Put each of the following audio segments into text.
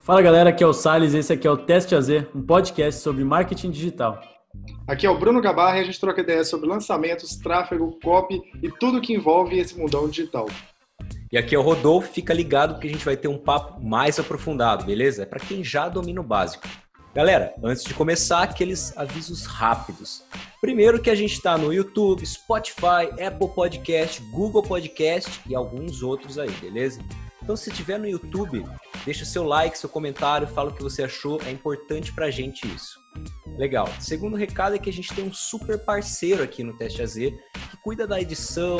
Fala galera, aqui é o Salles, esse aqui é o Teste AZ, um podcast sobre marketing digital. Aqui é o Bruno Gabarra e a gente troca ideias sobre lançamentos, tráfego, copy e tudo que envolve esse mundão digital. E aqui é o Rodolfo, fica ligado que a gente vai ter um papo mais aprofundado, beleza? É para quem já domina o básico. Galera, antes de começar, aqueles avisos rápidos. Primeiro que a gente está no YouTube, Spotify, Apple Podcast, Google Podcast e alguns outros aí, beleza? Então se estiver no YouTube, deixa seu like, seu comentário, fala o que você achou, é importante pra gente isso. Legal. Segundo recado é que a gente tem um super parceiro aqui no Teste AZ, que cuida da edição,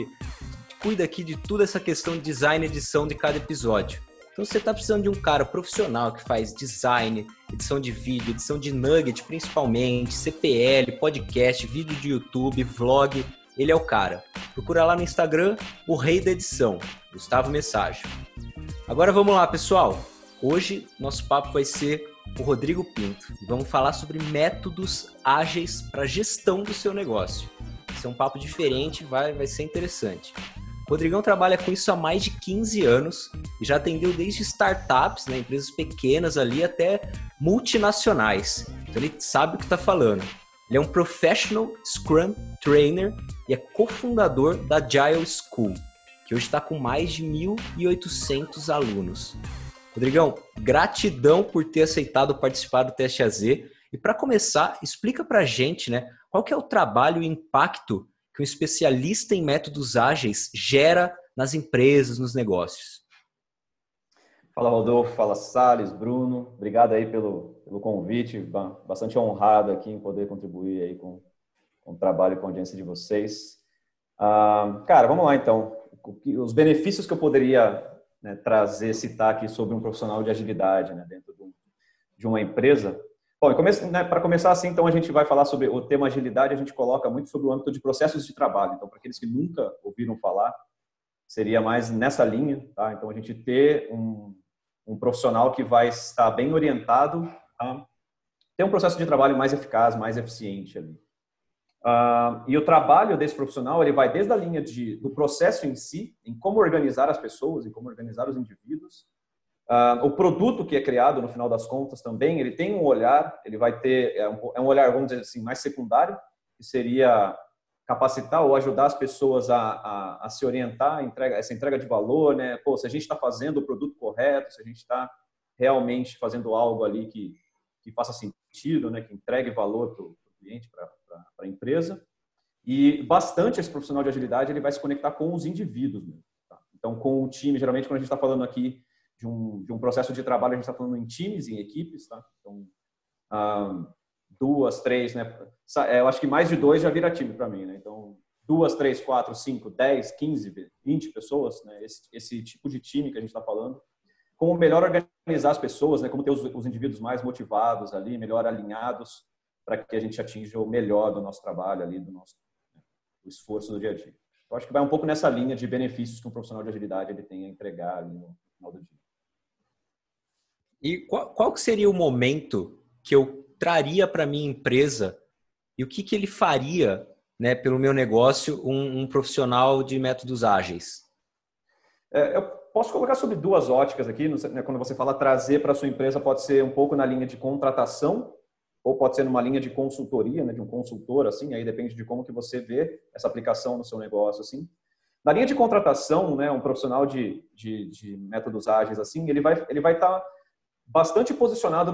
cuida aqui de toda essa questão de design e edição de cada episódio. Então se você está precisando de um cara profissional que faz design, edição de vídeo, edição de nugget principalmente, CPL, podcast, vídeo de YouTube, vlog, ele é o cara. Procura lá no Instagram, o rei da edição, Gustavo Message. Agora vamos lá, pessoal. Hoje nosso papo vai ser o Rodrigo Pinto. Vamos falar sobre métodos ágeis para gestão do seu negócio. Esse é um papo diferente, vai ser interessante. O Rodrigão trabalha com isso há mais de 15 anos e já atendeu desde startups, né, empresas pequenas ali, até multinacionais. Então ele sabe o que está falando. Ele é um Professional Scrum Trainer e é cofundador da Agile School, que hoje está com mais de 1.800 alunos. Rodrigão, gratidão por ter aceitado participar do Teste AZ. E para começar, explica para a gente, né, qual que é o trabalho e o impacto que um especialista em métodos ágeis gera nas empresas, nos negócios. Fala, Rodolfo. Fala, Salles, Bruno. Obrigado aí pelo convite. Bastante honrado aqui em poder contribuir aí com o trabalho e com a audiência de vocês. Cara, vamos lá então. Os benefícios que eu poderia, né, trazer, citar aqui sobre um profissional de agilidade, né, dentro de uma empresa. Bom, para começar assim, então a gente vai falar sobre o tema agilidade, a gente coloca muito sobre o âmbito de processos de trabalho. Então, para aqueles que nunca ouviram falar, seria mais nessa linha, tá? Então, a gente ter um profissional que vai estar bem orientado a ter um processo de trabalho mais eficaz, mais eficiente ali. E o trabalho desse profissional, ele vai desde a linha do processo em si, em como organizar as pessoas, em como organizar os indivíduos. O produto que é criado, no final das contas, também, ele tem um olhar, ele vai ter, um olhar, vamos dizer assim, mais secundário, que seria capacitar ou ajudar as pessoas a se orientar, essa entrega de valor, né? Pô, se a gente está fazendo o produto correto, se a gente está realmente fazendo algo ali que faça sentido, né? Que entregue valor para o cliente, para a empresa. E bastante esse profissional de agilidade, ele vai se conectar com os indivíduos mesmo, tá? Então, com o time, geralmente quando a gente está falando aqui de um processo de trabalho, a gente está falando em times, em equipes, tá? Então, 2, 3, né? Eu acho que mais de 2 já vira time para mim, né? Então, 2, 3, 4, 5, 10, 15, 20 pessoas, né? Esse tipo de time que a gente está falando. Como melhor organizar as pessoas, né? Como ter os indivíduos mais motivados ali, melhor alinhados, para que a gente atinja o melhor do nosso trabalho ali, do esforço do dia a dia. Eu acho que vai um pouco nessa linha de benefícios que um profissional de agilidade ele tem a entregar ali no final do dia. E qual que seria o momento que eu traria para minha empresa e o que ele faria, né, pelo meu negócio, um profissional de métodos ágeis? Eu posso colocar sobre 2 óticas aqui, né, quando você fala trazer para a sua empresa, pode ser um pouco na linha de contratação ou pode ser numa linha de consultoria, né, de um consultor, assim, aí depende de como que você vê essa aplicação no seu negócio, assim. Na linha de contratação, né, um profissional de métodos ágeis, assim, ele vai estar bastante posicionado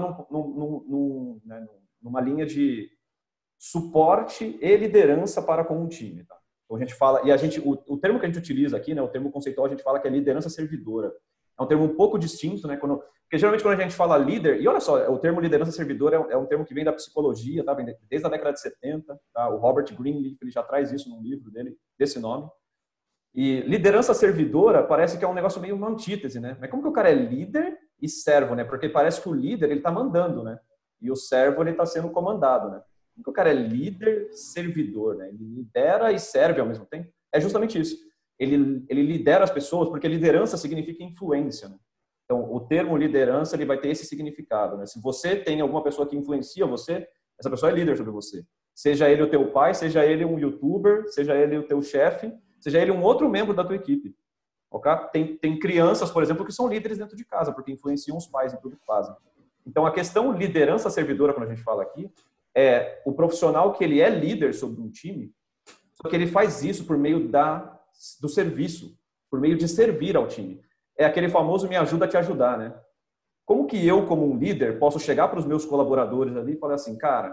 numa linha de suporte e liderança para com um time, tá? Então a gente fala, o termo que a gente utiliza aqui, né, o termo conceitual, a gente fala que é liderança servidora. É um termo um pouco distinto, né? Porque geralmente quando a gente fala líder, e olha só, o termo liderança servidora é um termo que vem da psicologia, tá? Vem desde a década de 70, tá? O Robert Greene, ele já traz isso num livro dele, desse nome. E liderança servidora parece que é um negócio meio uma antítese, né? Mas como que o cara é líder e servo, né? Porque parece que o líder, ele tá mandando, né? E o servo, ele tá sendo comandado, né? Como que o cara é líder servidor, né? Ele lidera e serve ao mesmo tempo. É justamente isso. Ele lidera as pessoas porque liderança significa influência, né? Então, o termo liderança, ele vai ter esse significado, né? Se você tem alguma pessoa que influencia você, essa pessoa é líder sobre você. Seja ele o teu pai, seja ele um youtuber, seja ele o teu chefe, seja ele um outro membro da tua equipe. Okay? Tem crianças, por exemplo, que são líderes dentro de casa, porque influenciam os pais em tudo que fazem. Então, a questão liderança servidora, quando a gente fala aqui, é o profissional que ele é líder sobre um time, só que ele faz isso por meio do serviço, por meio de servir ao time. É aquele famoso me ajuda a te ajudar, né? Como que eu, como um líder, posso chegar para os meus colaboradores ali e falar assim, cara,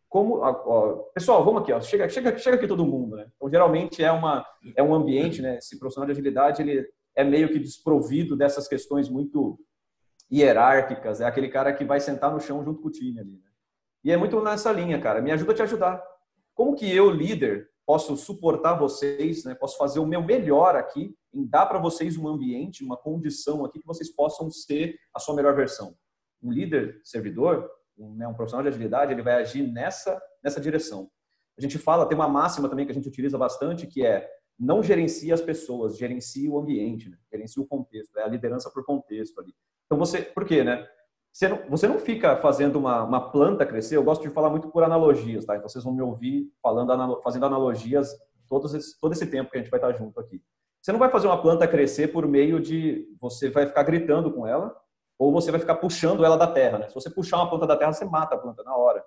pessoal, vamos aqui, chega aqui todo mundo, né? Então, geralmente é um ambiente, né? Esse profissional de agilidade, ele é meio que desprovido dessas questões muito hierárquicas, é aquele cara que vai sentar no chão junto com o time ali, né? E é muito nessa linha, cara, me ajuda a te ajudar. Como que eu, líder, posso suportar vocês, né? Posso fazer o meu melhor aqui em dar para vocês um ambiente, uma condição aqui que vocês possam ser a sua melhor versão. Um líder servidor, um profissional de agilidade, ele vai agir nessa direção. A gente fala, tem uma máxima também que a gente utiliza bastante, que é não gerencie as pessoas, gerencie o ambiente, né? Gerencie o contexto, é a liderança por contexto ali. Então por quê, né? Você não fica fazendo uma planta crescer, eu gosto de falar muito por analogias, tá? Então vocês vão me ouvir fazendo analogias todo esse tempo que a gente vai estar junto aqui. Você não vai fazer uma planta crescer por meio de você vai ficar gritando com ela ou você vai ficar puxando ela da terra, né? Se você puxar uma planta da terra, você mata a planta na hora.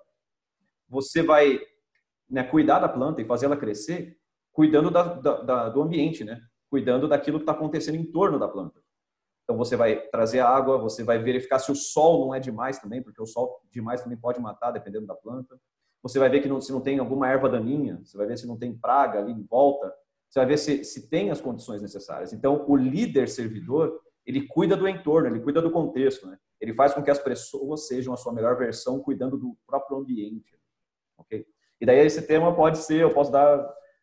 Você vai, né, cuidar da planta e fazer ela crescer cuidando do ambiente, né? Cuidando daquilo que está acontecendo em torno da planta. Então, você vai trazer água, você vai verificar se o sol não é demais também, porque o sol demais também pode matar, dependendo da planta. Você vai ver se não tem alguma erva daninha, você vai ver se não tem praga ali em volta, você vai ver se tem as condições necessárias. Então, o líder servidor, ele cuida do entorno, ele cuida do contexto, né? Ele faz com que as pessoas sejam a sua melhor versão, cuidando do próprio ambiente. Okay? E daí esse tema pode ser, eu posso dar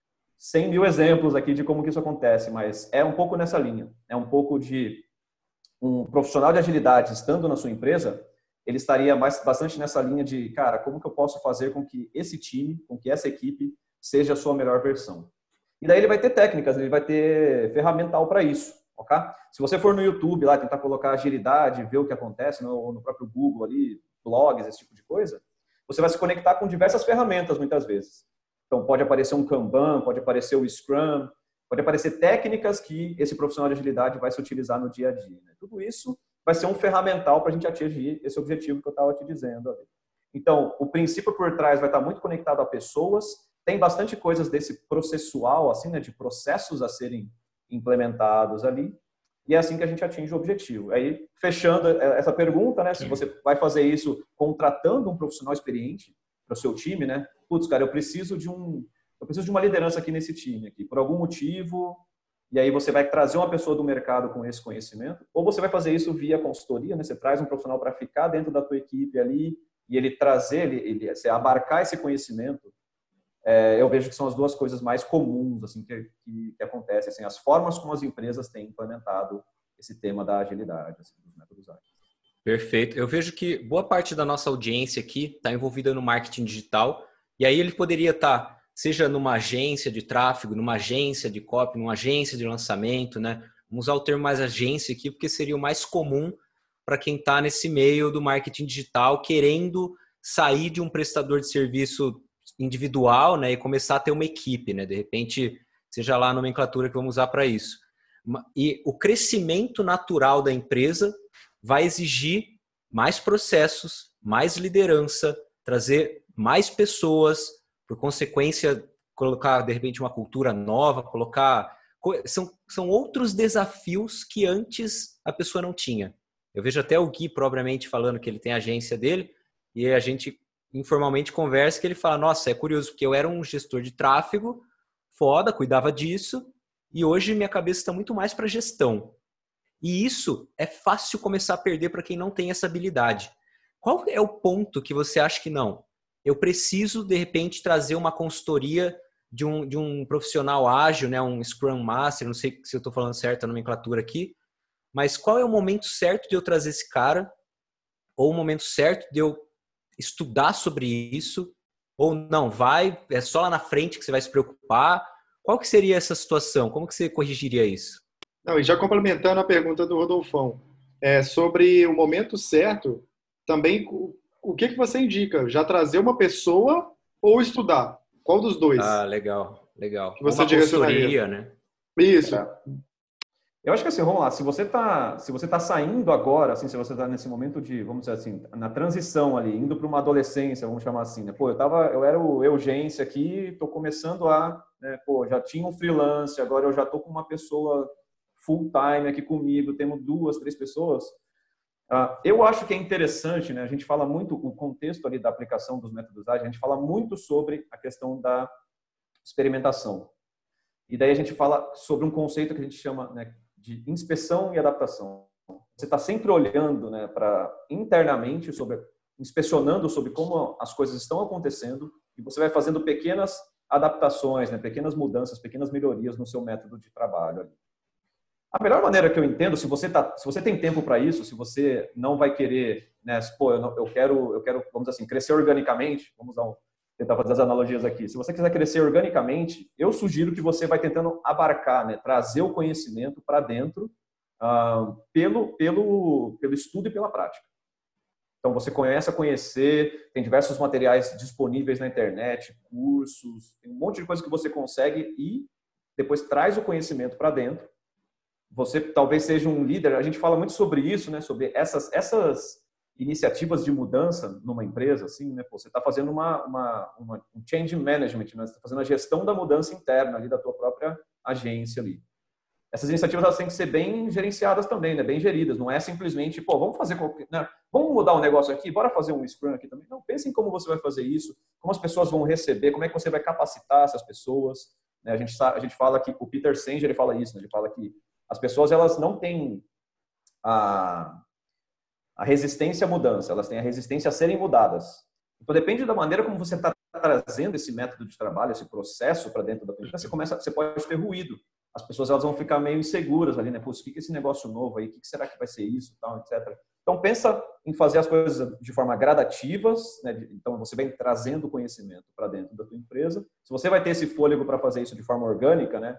100 mil exemplos aqui de como que isso acontece, mas é um pouco nessa linha. É um pouco de um profissional de agilidade estando na sua empresa, ele estaria bastante nessa linha de, cara, como que eu posso fazer com que esse time, com que essa equipe seja a sua melhor versão? E daí ele vai ter técnicas, ele vai ter ferramental para isso, ok? Se você for no YouTube lá, tentar colocar agilidade, ver o que acontece no próprio Google ali, blogs, esse tipo de coisa, você vai se conectar com diversas ferramentas muitas vezes. Então pode aparecer um Kanban, pode aparecer o Scrum, pode aparecer técnicas que esse profissional de agilidade vai se utilizar no dia a dia. Né? Tudo isso vai ser um ferramental para a gente atingir esse objetivo que eu estava te dizendo ali. Então, o princípio por trás vai estar muito conectado a pessoas, tem bastante coisas desse processual, assim, né, de processos a serem implementados ali, e é assim que a gente atinge o objetivo. Aí, fechando essa pergunta, né, se você vai fazer isso contratando um profissional experiente para o seu time, né, putz, cara, eu preciso de uma liderança aqui nesse time, aqui, por algum motivo, e aí você vai trazer uma pessoa do mercado com esse conhecimento, ou você vai fazer isso via consultoria, né? Você traz um profissional para ficar dentro da tua equipe ali, e ele trazer, você abarcar esse conhecimento, eu vejo que são as duas coisas mais comuns assim, que acontecem, assim, as formas como as empresas têm implementado esse tema da agilidade, assim, dos métodos ágeis. Perfeito. Eu vejo que boa parte da nossa audiência aqui está envolvida no marketing digital, e aí ele poderia estar seja numa agência de tráfego, numa agência de copy, numa agência de lançamento, né? Vamos usar o termo mais agência aqui, porque seria o mais comum para quem está nesse meio do marketing digital, querendo sair de um prestador de serviço individual, né? E começar a ter uma equipe, né? De repente, seja lá a nomenclatura que vamos usar para isso. E o crescimento natural da empresa vai exigir mais processos, mais liderança, trazer mais pessoas, por consequência, colocar, de repente, uma cultura nova, são outros desafios que antes a pessoa não tinha. Eu vejo até o Gui, propriamente, falando que ele tem a agência dele, e a gente informalmente conversa que ele fala, nossa, é curioso, porque eu era um gestor de tráfego, foda, cuidava disso, e hoje minha cabeça está muito mais para gestão. E isso é fácil começar a perder para quem não tem essa habilidade. Qual é o ponto que você acha que não? Eu preciso, de repente, trazer uma consultoria de um profissional ágil, né? Um Scrum Master, não sei se eu estou falando certo a nomenclatura aqui, mas qual é o momento certo de eu trazer esse cara? Ou o momento certo de eu estudar sobre isso? Ou não, é só lá na frente que você vai se preocupar? Qual que seria essa situação? Como que você corrigiria isso? Não, e já complementando a pergunta do Rodolfão, sobre o momento certo, também o que você indica? Já trazer uma pessoa ou estudar? Qual dos dois? Ah, legal. Que você uma consultoria, né? Isso. Eu acho que assim, vamos lá, se você tá saindo agora, assim, se você tá nesse momento de, vamos dizer assim, na transição ali, indo para uma adolescência, vamos chamar assim, né? Pô, eu era o Eugência aqui, tô começando né, pô, já tinha um freelance, agora eu já tô com uma pessoa full time aqui comigo, temos 2, 3 pessoas. Eu acho que é interessante, né? A gente fala muito, o contexto ali da aplicação dos métodos ágeis, a gente fala muito sobre a questão da experimentação. E daí a gente fala sobre um conceito que a gente chama, né, de inspeção e adaptação. Você está sempre olhando, né, para internamente, inspecionando sobre como as coisas estão acontecendo e você vai fazendo pequenas adaptações, né, pequenas mudanças, pequenas melhorias no seu método de trabalho ali. A melhor maneira que eu entendo, se você tem tempo para isso, se você não vai querer, né, pô, eu quero, vamos dizer assim, crescer organicamente, tentar fazer as analogias aqui. Se você quiser crescer organicamente, eu sugiro que você vai tentando abarcar, né, trazer o conhecimento para dentro pelo estudo e pela prática. Então, você começa a conhecer, tem diversos materiais disponíveis na internet, cursos, tem um monte de coisa que você consegue e depois traz o conhecimento para dentro. Você talvez seja um líder, a gente fala muito sobre isso, né, sobre essas iniciativas de mudança numa empresa, assim, né? Pô, você está fazendo um change management, né? Você está fazendo a gestão da mudança interna ali da tua própria agência ali. Essas iniciativas elas têm que ser bem gerenciadas também, né? Bem geridas. Não é simplesmente, pô, vamos mudar um negócio aqui, bora fazer um Scrum aqui também. Não, pense em como você vai fazer isso, como as pessoas vão receber, como é que você vai capacitar essas pessoas. Né? A gente fala que o Peter Senge ele fala isso, né? Ele fala que as pessoas elas não têm a resistência à mudança, elas têm a resistência a serem mudadas. Então, depende da maneira como você está trazendo esse método de trabalho, esse processo para dentro da tua empresa, você pode ter ruído. As pessoas elas vão ficar meio inseguras ali, né? Pô, o que é esse negócio novo aí? O que será que vai ser isso, tal, etc. Então, pensa em fazer as coisas de forma gradativas, né? Então, você vem trazendo conhecimento para dentro da tua empresa. Se você vai ter esse fôlego para fazer isso de forma orgânica, né?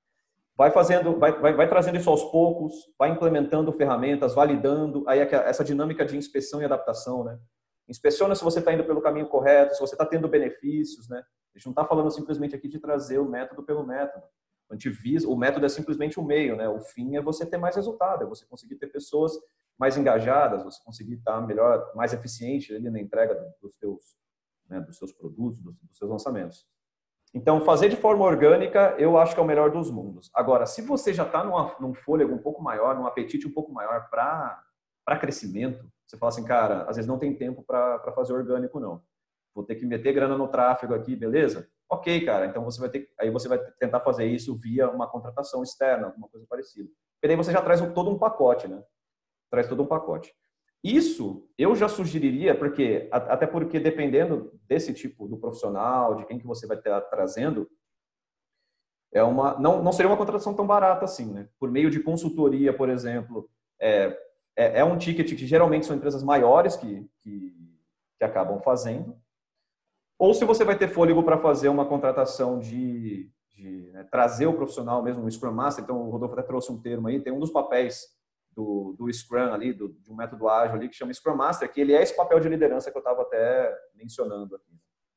Vai trazendo isso aos poucos, vai implementando ferramentas, validando, aí essa dinâmica de inspeção e adaptação, né? Inspeciona se você está indo pelo caminho correto, se você está tendo benefícios, né? A gente não está falando simplesmente aqui de trazer o método pelo método. O método é simplesmente o meio, né? O fim é você ter mais resultado, é você conseguir ter pessoas mais engajadas, você conseguir estar melhor, mais eficiente ali na entrega dos seus produtos, dos seus lançamentos. Então, fazer de forma orgânica, eu acho que é o melhor dos mundos. Agora, se você já está num fôlego um pouco maior, num apetite um pouco maior para crescimento, você fala assim, cara, às vezes não tem tempo para fazer orgânico, não. Vou ter que meter grana no tráfego aqui, beleza? Ok, cara, então você vai tentar fazer isso via uma contratação externa, alguma coisa parecida. E daí você já traz todo um pacote, né? Traz todo um pacote. Isso eu já sugeriria, até porque dependendo desse tipo do profissional, de quem que você vai estar trazendo, não seria uma contratação tão barata assim, né? Por meio de consultoria, por exemplo, é um ticket que geralmente são empresas maiores que acabam fazendo. Ou se você vai ter fôlego para fazer uma contratação né, trazer o profissional mesmo, o Scrum Master, então o Rodolfo até trouxe um termo aí, tem um dos papéis do Scrum ali, de um método ágil ali, que chama Scrum Master, que ele é esse papel de liderança que eu estava até mencionando aqui.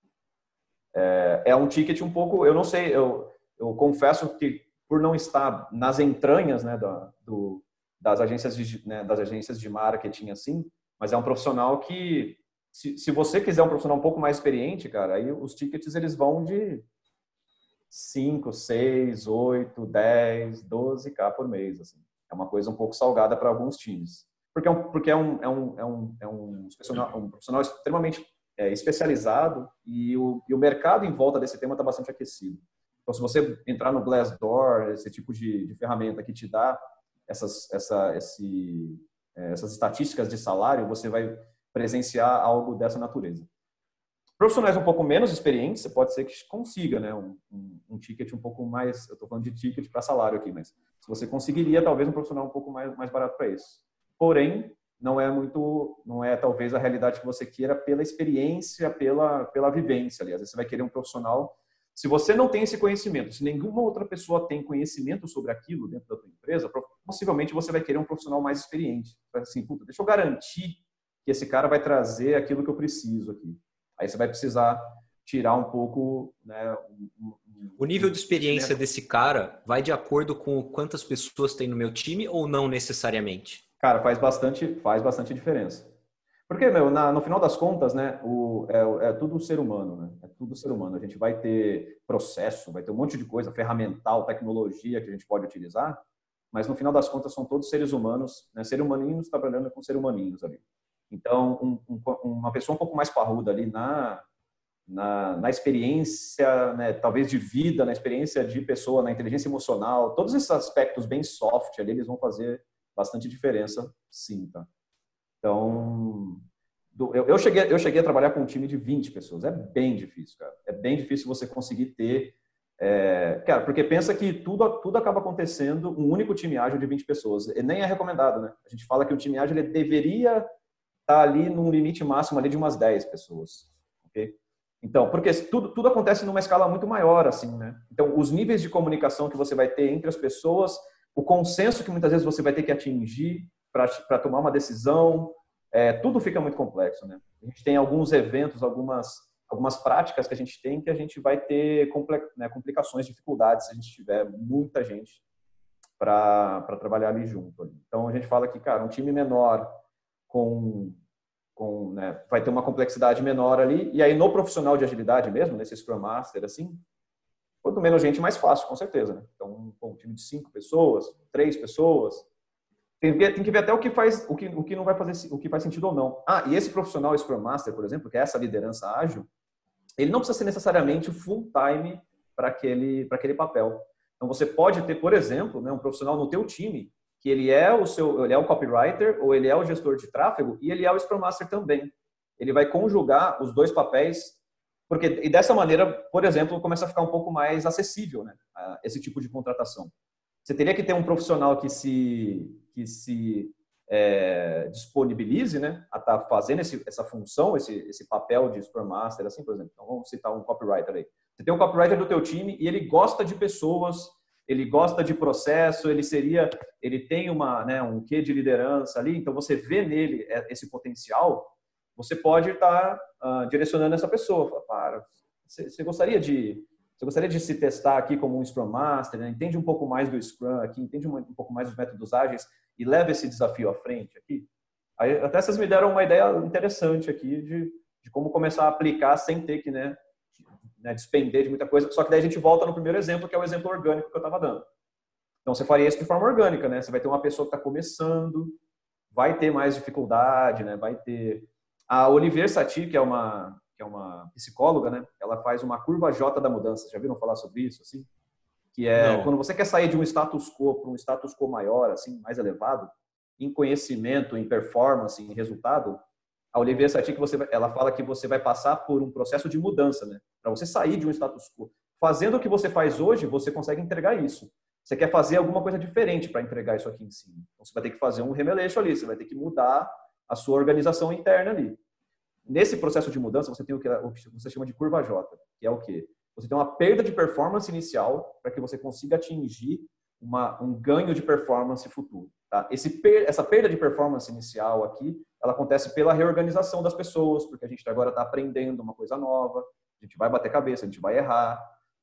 É um ticket um pouco, eu não sei, eu confesso que por não estar nas entranhas, né, das agências de marketing assim, mas é um profissional que, se você quiser um profissional um pouco mais experiente, cara, aí os tickets eles vão de 5, 6, 8, 10, 12K por mês, assim. É uma coisa um pouco salgada para alguns times. Porque é um profissional extremamente especializado e o mercado em volta desse tema está bastante aquecido. Então, se você entrar no Glassdoor, esse tipo de ferramenta que te dá essas estatísticas de salário, você vai presenciar algo dessa natureza. Profissionais um pouco menos experientes, você pode ser que consiga, né, um ticket um pouco mais, eu estou falando de ticket para salário aqui, mas se você conseguiria talvez um profissional um pouco mais barato para isso. Porém, não é talvez a realidade que você queira pela experiência, pela vivência ali. Às vezes você vai querer um profissional, se você não tem esse conhecimento, se nenhuma outra pessoa tem conhecimento sobre aquilo dentro da tua empresa, possivelmente você vai querer um profissional mais experiente. Assim, puta, deixa eu garantir que esse cara vai trazer aquilo que eu preciso aqui. Aí você vai precisar tirar um pouco, né, O nível de experiência desse cara vai de acordo com quantas pessoas tem no meu time ou não necessariamente? Cara, faz bastante diferença. Porque, meu, no final das contas, né, é tudo ser humano, né? É tudo ser humano. A gente vai ter processo, vai ter um monte de coisa, ferramental, tecnologia que a gente pode utilizar, mas no final das contas são todos seres humanos, né? Ser humaninhos trabalhando com ser humaninhos ali. Então, uma pessoa um pouco mais parruda ali na experiência, né, talvez de vida, na experiência de pessoa, na inteligência emocional, todos esses aspectos bem soft ali, eles vão fazer bastante diferença, sim, tá? Então, eu cheguei a trabalhar com um time de 20 pessoas. É bem difícil, cara. É bem difícil você conseguir ter... cara, porque pensa que tudo acaba acontecendo um único time ágil de 20 pessoas. E nem é recomendado, né? A gente fala que o time ágil ele deveria estar ali num limite máximo ali de umas 10 pessoas. Ok? Então, porque tudo acontece numa escala muito maior, assim, né? Então, os níveis de comunicação que você vai ter entre as pessoas, o consenso que muitas vezes você vai ter que atingir para tomar uma decisão, tudo fica muito complexo, né? A gente tem alguns eventos, algumas práticas que a gente vai ter complicações, dificuldades se a gente tiver muita gente para trabalhar ali junto. Ali. Então, a gente fala que, cara, um time menor né, vai ter uma complexidade menor ali, e aí no profissional de agilidade mesmo, nesse Scrum Master, assim, quanto menos gente, mais fácil, com certeza, né? Então, um time de 5 pessoas, 3 pessoas, tem que ver até o que não vai fazer, o que faz sentido ou não. E esse profissional Scrum Master, por exemplo, que é essa liderança ágil, ele não precisa ser necessariamente full time para aquele papel. Então você pode ter, por exemplo, né, um profissional no teu time que ele é o copywriter ou ele é o gestor de tráfego e ele é o Scrum Master também. Ele vai conjugar os dois papéis e dessa maneira, por exemplo, começa a ficar um pouco mais acessível, né, esse tipo de contratação. Você teria que ter um profissional que se disponibilize, né, a estar fazendo essa função, esse papel de Scrum Master, assim, por exemplo. Então, vamos citar um copywriter aí. Você tem um copywriter do teu time e ele gosta de pessoas, ele gosta de processo, ele tem um quê de liderança ali, então você vê nele esse potencial, você pode estar direcionando essa pessoa. Fala, você gostaria de se testar aqui como um Scrum Master, né? Entende um pouco mais do Scrum aqui, entende um pouco mais dos métodos ágeis e leva esse desafio à frente aqui? Aí, até vocês me deram uma ideia interessante aqui de como começar a aplicar sem ter que despender de muita coisa. Só que daí a gente volta no primeiro exemplo, que é o exemplo orgânico que eu estava dando. Então, você faria isso de forma orgânica, né? Você vai ter uma pessoa que está começando, vai ter mais dificuldade, né? Vai ter... A Olivier Satie, que é uma psicóloga, né? Ela faz uma curva J da mudança. Já viram falar sobre isso, assim? Que é quando você quer sair de um status quo para um status quo maior, assim, mais elevado, em conhecimento, em performance, em resultado, a Olivier Satie, ela fala que você vai passar por um processo de mudança, né? Para você sair de um status quo. Fazendo o que você faz hoje, você consegue entregar isso. Você quer fazer alguma coisa diferente para entregar isso aqui em cima. Então, você vai ter que fazer um remeleixo ali, você vai ter que mudar a sua organização interna ali. Nesse processo de mudança, você tem o que você chama de curva J, que é o quê? Você tem uma perda de performance inicial para que você consiga atingir um ganho de performance futuro. Tá? Essa perda de performance inicial aqui, ela acontece pela reorganização das pessoas, porque a gente agora está aprendendo uma coisa nova, a gente vai bater cabeça, a gente vai errar.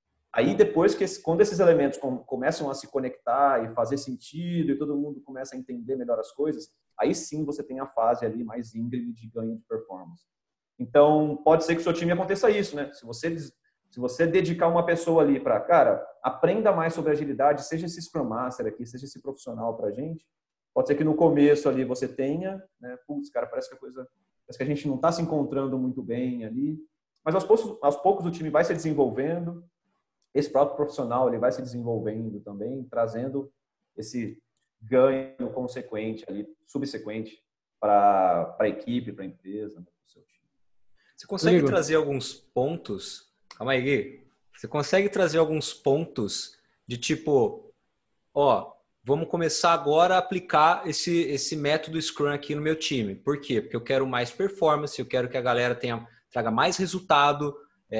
Aí depois, quando esses elementos começam a se conectar e fazer sentido e todo mundo começa a entender melhor as coisas, aí sim você tem a fase ali mais íngreme de ganho de performance. Então, pode ser que o seu time aconteça isso, né? Se você dedicar uma pessoa ali para, cara, aprenda mais sobre agilidade, seja esse Scrum Master aqui, seja esse profissional para a gente, pode ser que no começo ali você tenha, né? Putz, cara, parece que a gente não está se encontrando muito bem ali. Mas aos poucos o time vai se desenvolvendo, esse próprio profissional ele vai se desenvolvendo também, trazendo esse ganho consequente ali, subsequente para a equipe, para a empresa, né, para o seu time. Você consegue trazer alguns pontos? Calma aí, Gui. Você consegue trazer alguns pontos de tipo, vamos começar agora a aplicar esse método Scrum aqui no meu time. Por quê? Porque eu quero mais performance, eu quero que a galera traga mais resultado,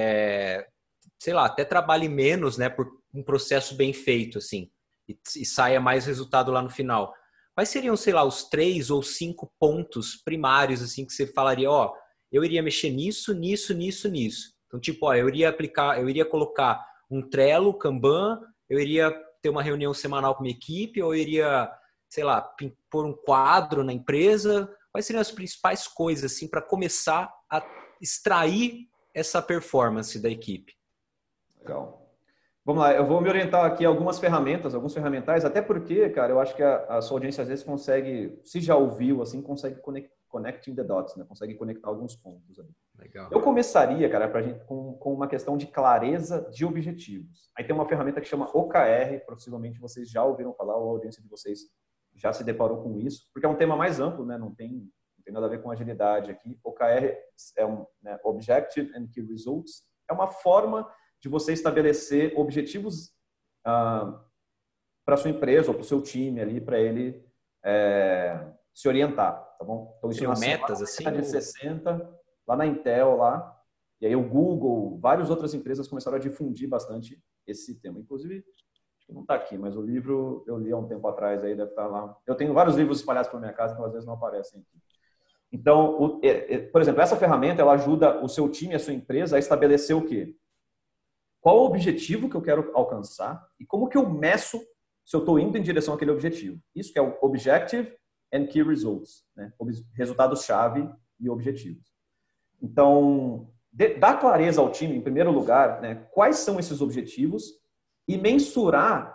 sei lá, até trabalhe menos, né, por um processo bem feito, assim, e saia mais resultado lá no final. Quais seriam, sei lá, os 3 ou 5 pontos primários, assim, que você falaria, eu iria mexer nisso, nisso, nisso, nisso. Então, tipo, eu iria colocar um Trello, Kanban, eu iria ter uma reunião semanal com minha equipe, ou eu iria, sei lá, pôr um quadro na empresa? Quais seriam as principais coisas assim para começar a extrair essa performance da equipe? Legal. Vamos lá, eu vou me orientar aqui algumas ferramentas, alguns ferramentais, até porque, cara, eu acho que a sua audiência às vezes consegue, se já ouviu, assim, consegue connecting the dots, né? Consegue conectar alguns pontos ali. Legal. Eu começaria, cara, com uma questão de clareza de objetivos. Aí tem uma ferramenta que chama OKR, possivelmente vocês já ouviram falar, ou a audiência de vocês já se deparou com isso, porque é um tema mais amplo, né? Não tem nada a ver com agilidade aqui. OKR é né, Objective and Key Results, é uma forma de você estabelecer objetivos para sua empresa ou para o seu time ali, para ele se orientar, tá bom? Então, isso metas assim? De 60, lá na Intel, lá, e aí o Google, várias outras empresas começaram a difundir bastante esse tema. Inclusive, acho que não está aqui, mas o livro eu li há um tempo atrás, aí deve estar lá. Eu tenho vários livros espalhados pela minha casa, então às vezes não aparecem aqui. Então, por exemplo, essa ferramenta, ela ajuda o seu time, a sua empresa, a estabelecer o quê? Qual o objetivo que eu quero alcançar e como que eu meço se eu estou indo em direção àquele objetivo. Isso que é o Objective and Key Results, né? Resultados-chave e objetivos. Então, dá clareza ao time, em primeiro lugar, né? Quais são esses objetivos e mensurar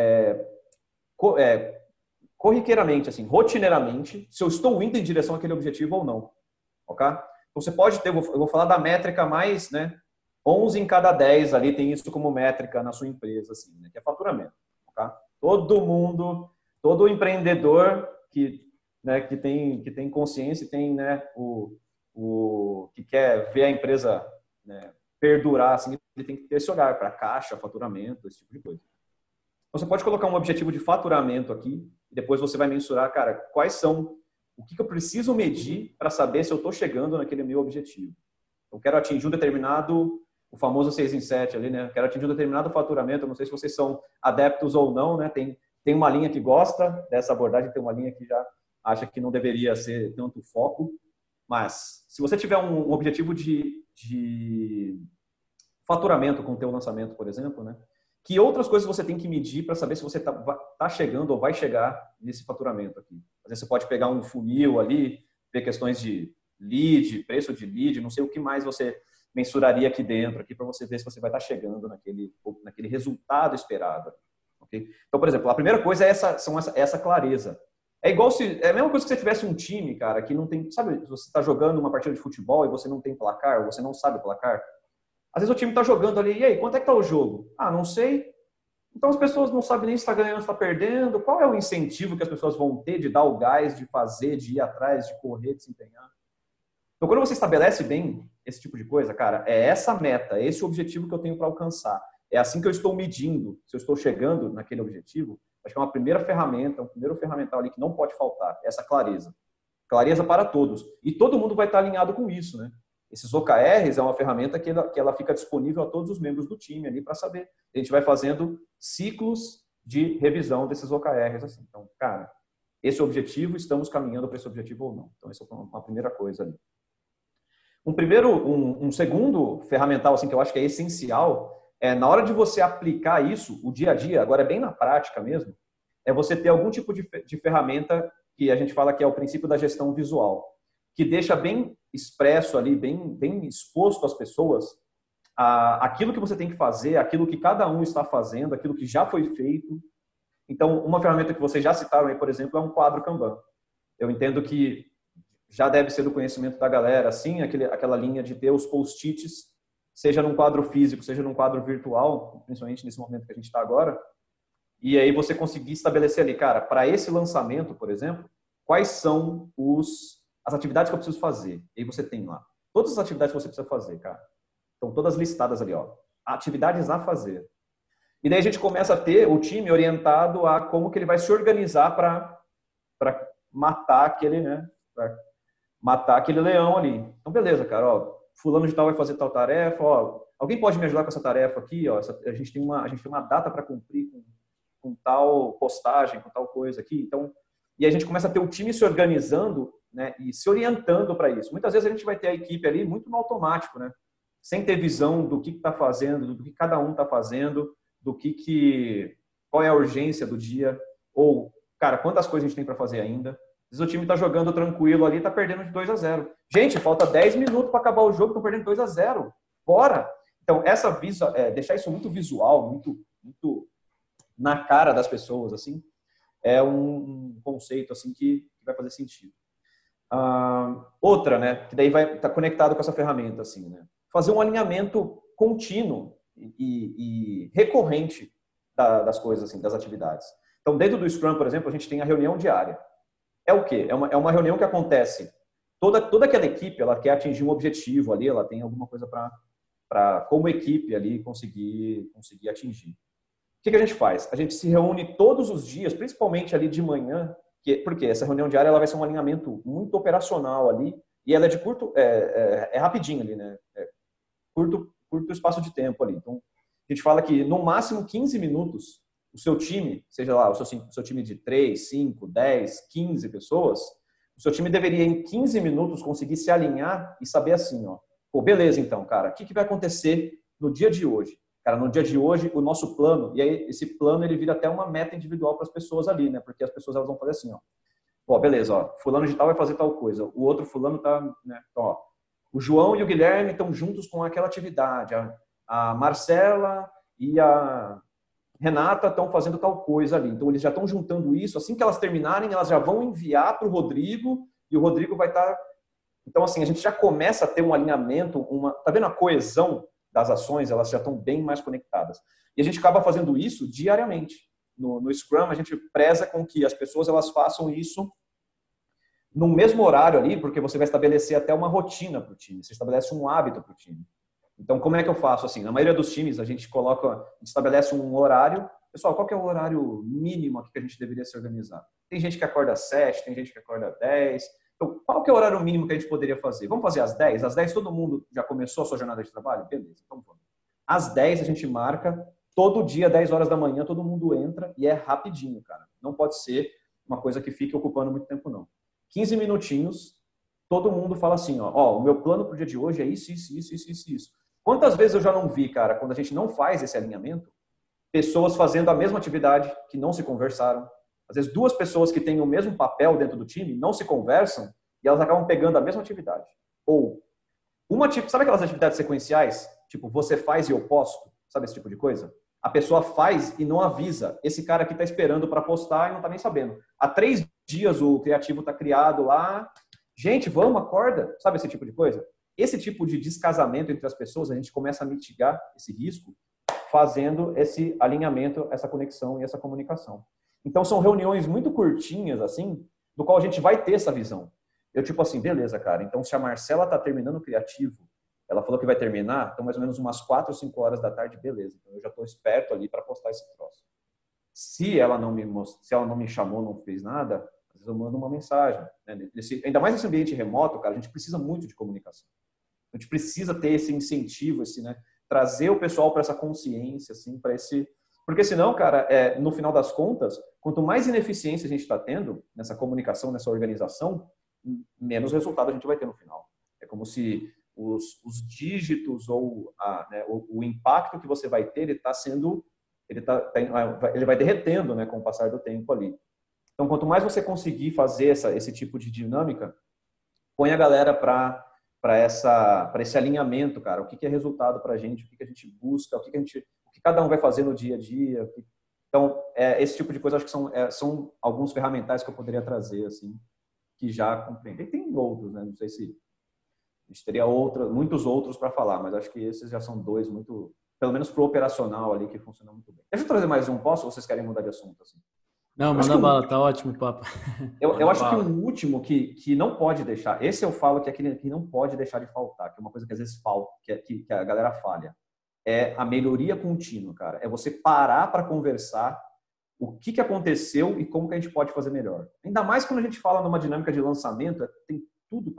corriqueiramente, assim, rotineiramente, se eu estou indo em direção àquele objetivo ou não. Ok? Então, você pode ter, eu vou falar da métrica mais, né? 11 em cada 10 ali tem isso como métrica na sua empresa, assim, né? Que é faturamento. Okay? Todo empreendedor que tem consciência e tem, né, que quer ver a empresa, né, perdurar, assim, ele tem que ter esse olhar para caixa, faturamento, esse tipo de coisa. Então, você pode colocar um objetivo de faturamento aqui e depois você vai mensurar, cara, o que eu preciso medir para saber se eu estou chegando naquele meu objetivo. Eu quero atingir um determinado, o famoso 6 em 7 ali, né? Eu quero atingir um determinado faturamento, eu não sei se vocês são adeptos ou não, né? Tem uma linha que gosta dessa abordagem, tem uma linha que já acha que não deveria ser tanto foco, mas se você tiver um objetivo de faturamento com o teu lançamento, por exemplo, né? Que outras coisas você tem que medir para saber se você tá chegando ou vai chegar nesse faturamento aqui? Às vezes você pode pegar um funil ali, ver questões de lead, preço de lead, não sei o que mais você mensuraria aqui dentro, aqui para você ver se você vai estar chegando naquele resultado esperado. Okay? Então, por exemplo, a primeira coisa é essa clareza. É a mesma coisa que você tivesse um time, cara, que não tem, sabe, você está jogando uma partida de futebol e você não tem placar, ou você não sabe o placar. Às vezes o time está jogando ali, e aí, quanto é que está o jogo? Ah, não sei. Então as pessoas não sabem nem se está ganhando ou se está perdendo. Qual é o incentivo que as pessoas vão ter de dar o gás, de fazer, de ir atrás, de correr, de se empenhar? Então, quando você estabelece bem esse tipo de coisa, cara, é essa meta, é esse o objetivo que eu tenho para alcançar. É assim que eu estou medindo se eu estou chegando naquele objetivo. Acho que é uma primeira ferramenta, um primeiro ferramental ali que não pode faltar, essa clareza. Clareza para todos. E todo mundo vai estar alinhado com isso, né? Esses OKRs é uma ferramenta que ela fica disponível a todos os membros do time ali para saber. A gente vai fazendo ciclos de revisão desses OKRs. Assim. Então, cara, esse objetivo, estamos caminhando para esse objetivo ou não. Então, essa é uma primeira coisa ali. Um segundo ferramental assim, que eu acho que é essencial, na hora de você aplicar isso, o dia a dia, agora é bem na prática mesmo, é você ter algum tipo de ferramenta que a gente fala que é o princípio da gestão visual, que deixa bem expresso ali, bem exposto às pessoas aquilo que você tem que fazer, aquilo que cada um está fazendo, aquilo que já foi feito. Então, uma ferramenta que vocês já citaram aí, por exemplo, é um quadro Kanban. Eu entendo que já deve ser do conhecimento da galera, assim, aquela linha de ter os post-its, seja num quadro físico, seja num quadro virtual, principalmente nesse momento que a gente está agora, e aí você conseguir estabelecer ali, cara, para esse lançamento, por exemplo, quais são as atividades que eu preciso fazer. E aí você tem lá todas as atividades que você precisa fazer, cara. Estão todas listadas ali, ó. Atividades a fazer. E daí a gente começa a ter o time orientado a como que ele vai se organizar para matar aquele, né? Pra matar aquele leão ali. Então, beleza, cara, ó, fulano de tal vai fazer tal tarefa, ó, alguém pode me ajudar com essa tarefa aqui, ó, a gente tem uma data para cumprir com tal postagem, com tal coisa aqui. Então, e a gente começa a ter o time se organizando, né, e se orientando para isso. Muitas vezes a gente vai ter a equipe ali muito no automático, né? sem ter visão do que está fazendo, do que cada um está fazendo, qual é a urgência do dia, ou, cara, quantas coisas a gente tem para fazer ainda. Às vezes o time está jogando tranquilo ali, está perdendo de 2-0. Gente, falta 10 minutos para acabar o jogo, estão perdendo 2-0. Bora! Então, deixar isso muito visual, muito na cara das pessoas, assim, é um conceito assim que vai fazer sentido. Outra, né, que daí vai estar conectado com essa ferramenta, assim, né? Fazer um alinhamento contínuo e recorrente das coisas, assim, das atividades. Então, dentro do Scrum, por exemplo, a gente tem a reunião diária. É o quê? É uma reunião que acontece. Toda aquela equipe, ela quer atingir um objetivo ali, ela tem alguma coisa para como equipe ali, conseguir atingir. O que a gente faz? A gente se reúne todos os dias, principalmente ali de manhã, porque essa reunião diária ela vai ser um alinhamento muito operacional ali, e ela é de curto, é rapidinho ali, né? Curto espaço de tempo ali. Então, a gente fala que no máximo 15 minutos, o seu time, seja lá o seu time de 3, 5, 10, 15 pessoas, o seu time deveria em 15 minutos conseguir se alinhar e saber assim, ó, pô, beleza então, cara, o que vai acontecer no dia de hoje? Cara, no dia de hoje, o nosso plano, e aí esse plano ele vira até uma meta individual para as pessoas ali, né? Porque as pessoas elas vão fazer assim, ó, beleza, ó, fulano de tal vai fazer tal coisa, o outro fulano tá, né? Então, ó, o João e o Guilherme estão juntos com aquela atividade, a Marcela e a Renata estão fazendo tal coisa ali. Então, eles já estão juntando isso. Assim que elas terminarem, elas já vão enviar para o Rodrigo e o Rodrigo vai estar... Então, assim, a gente já começa a ter um alinhamento, tá vendo a coesão das ações? Elas já estão bem mais conectadas. E a gente acaba fazendo isso diariamente. No Scrum, a gente preza com que as pessoas elas façam isso no mesmo horário ali, porque você vai estabelecer até uma rotina para o time. Você estabelece um hábito para o time. Então, como é que eu faço? Assim, na maioria dos times, a gente estabelece um horário. Pessoal, qual que é o horário mínimo aqui que a gente deveria se organizar? Tem gente que acorda às 7, tem gente que acorda às 10. Então, qual que é o horário mínimo que a gente poderia fazer? Vamos fazer às 10? Às 10 todo mundo já começou a sua jornada de trabalho? Beleza, então vamos. Às 10 a gente marca, todo dia, 10 horas da manhã, todo mundo entra e é rapidinho, cara. Não pode ser uma coisa que fique ocupando muito tempo, não. 15 minutinhos, todo mundo fala assim, ó, o meu plano pro dia de hoje é isso. Quantas vezes eu já não vi, cara, quando a gente não faz esse alinhamento, pessoas fazendo a mesma atividade que não se conversaram. Às vezes duas pessoas que têm o mesmo papel dentro do time não se conversam e elas acabam pegando a mesma atividade. Ou sabe aquelas atividades sequenciais? Tipo, você faz e eu posto? Sabe esse tipo de coisa? A pessoa faz e não avisa. Esse cara aqui está esperando para postar e não está nem sabendo. Há 3 dias o criativo está criado lá. Gente, vamos, acorda. Sabe esse tipo de coisa? Esse tipo de descasamento entre as pessoas, a gente começa a mitigar esse risco fazendo esse alinhamento, essa conexão e essa comunicação. Então, são reuniões muito curtinhas, assim, do qual a gente vai ter essa visão. Eu, tipo assim, beleza, cara, então se a Marcela tá terminando o criativo, ela falou que vai terminar, então mais ou menos umas 4 ou 5 horas da tarde, beleza. Então, eu já tô esperto ali para postar esse troço. Se ela não me chamou, não fez nada, às vezes eu mando uma mensagem. Né? Ainda mais nesse ambiente remoto, cara, a gente precisa muito de comunicação. A gente precisa ter esse incentivo, né? Trazer o pessoal para essa consciência, assim, para esse... Porque senão, cara, no final das contas, quanto mais ineficiência a gente está tendo nessa comunicação, nessa organização, menos resultado a gente vai ter no final. É como se os dígitos ou o impacto que você vai ter, ele vai derretendo, né, com o passar do tempo ali. Então, quanto mais você conseguir fazer esse tipo de dinâmica, põe a galera para esse alinhamento, cara. O que é resultado para a gente, o que a gente busca, o que cada um vai fazer no dia a dia. Então, esse tipo de coisa, acho que são alguns ferramentais que eu poderia trazer, assim, que já compreendem. E tem outros, né? Não sei se a gente teria muitos outros para falar, mas acho que esses já são 2 muito, pelo menos pro operacional ali, que funcionam muito bem. Deixa eu trazer mais um, posso? Ou vocês querem mudar de assunto, assim? Não, manda bala, tá ótimo o papo. Eu acho que um último que não pode deixar, esse eu falo que é aquele que não pode deixar de faltar, que é uma coisa que às vezes falta, que a galera falha, é a melhoria contínua, cara. É você parar para conversar o que aconteceu e como que a gente pode fazer melhor. Ainda mais quando a gente fala numa dinâmica de lançamento, tem tudo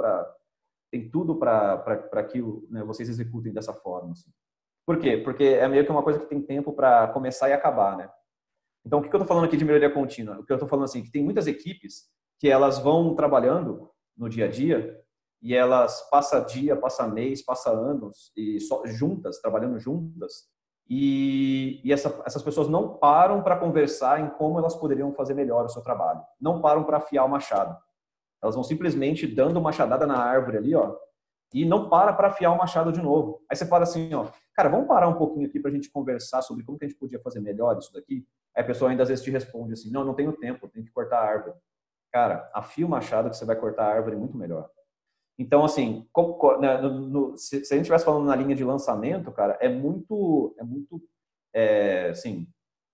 para que né, vocês executem dessa forma. Assim. Por quê? Porque é meio que uma coisa que tem tempo para começar e acabar, né? Então, o que eu estou falando aqui de melhoria contínua? O que eu estou falando assim, que tem muitas equipes que elas vão trabalhando no dia a dia e elas passam dia, passa mês, passa anos e só juntas, trabalhando juntas, e essas pessoas não param para conversar em como elas poderiam fazer melhor o seu trabalho. Não param para afiar o machado. Elas vão simplesmente dando uma machadada na árvore ali, ó, e não para afiar o machado de novo. Aí você para assim, ó, cara, vamos parar um pouquinho aqui para a gente conversar sobre como que a gente podia fazer melhor isso daqui? Aí a pessoa ainda às vezes te responde assim, não tenho tempo, tenho que cortar a árvore. Cara, afia o machado que você vai cortar a árvore muito melhor. Então, assim, se a gente estivesse falando na linha de lançamento, cara, é muito assim,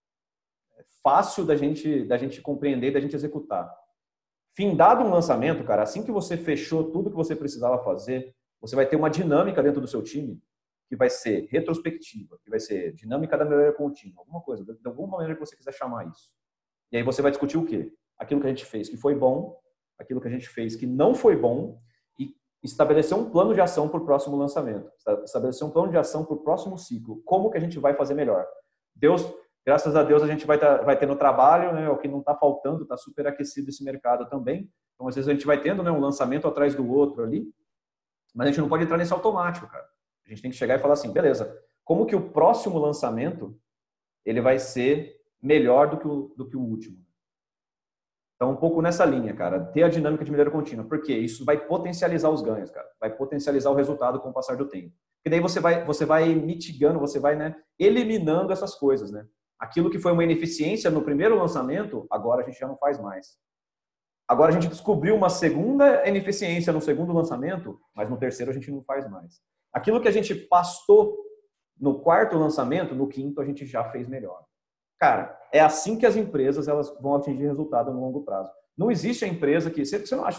fácil da gente compreender, da gente executar. Findado um lançamento, cara, assim que você fechou tudo que você precisava fazer, você vai ter uma dinâmica dentro do seu time que vai ser retrospectiva, que vai ser dinâmica da melhoria contínua, alguma coisa, de alguma maneira que você quiser chamar isso. E aí você vai discutir o quê? Aquilo que a gente fez que foi bom, aquilo que a gente fez que não foi bom, e estabelecer um plano de ação para o próximo lançamento, estabelecer um plano de ação para o próximo ciclo, como que a gente vai fazer melhor. Graças a Deus a gente vai ter no trabalho, né, o que não está faltando, está super aquecido esse mercado também. Então, às vezes a gente vai tendo, né, um lançamento atrás do outro ali, mas a gente não pode entrar nesse automático, cara. A gente tem que chegar e falar assim, beleza, como que o próximo lançamento ele vai ser melhor do que o último? Então, um pouco nessa linha, cara, ter a dinâmica de melhoria contínua, porque isso vai potencializar os ganhos, cara, vai potencializar o resultado com o passar do tempo. Porque daí você vai mitigando, você vai, né, eliminando essas coisas, né? Aquilo que foi uma ineficiência no primeiro lançamento, agora a gente já não faz mais. Agora a gente descobriu uma segunda ineficiência no segundo lançamento, mas no terceiro a gente não faz mais. Aquilo que a gente pastou no quarto lançamento, no quinto a gente já fez melhor. Cara, é assim que as empresas elas vão atingir resultado no longo prazo. Não existe a empresa que...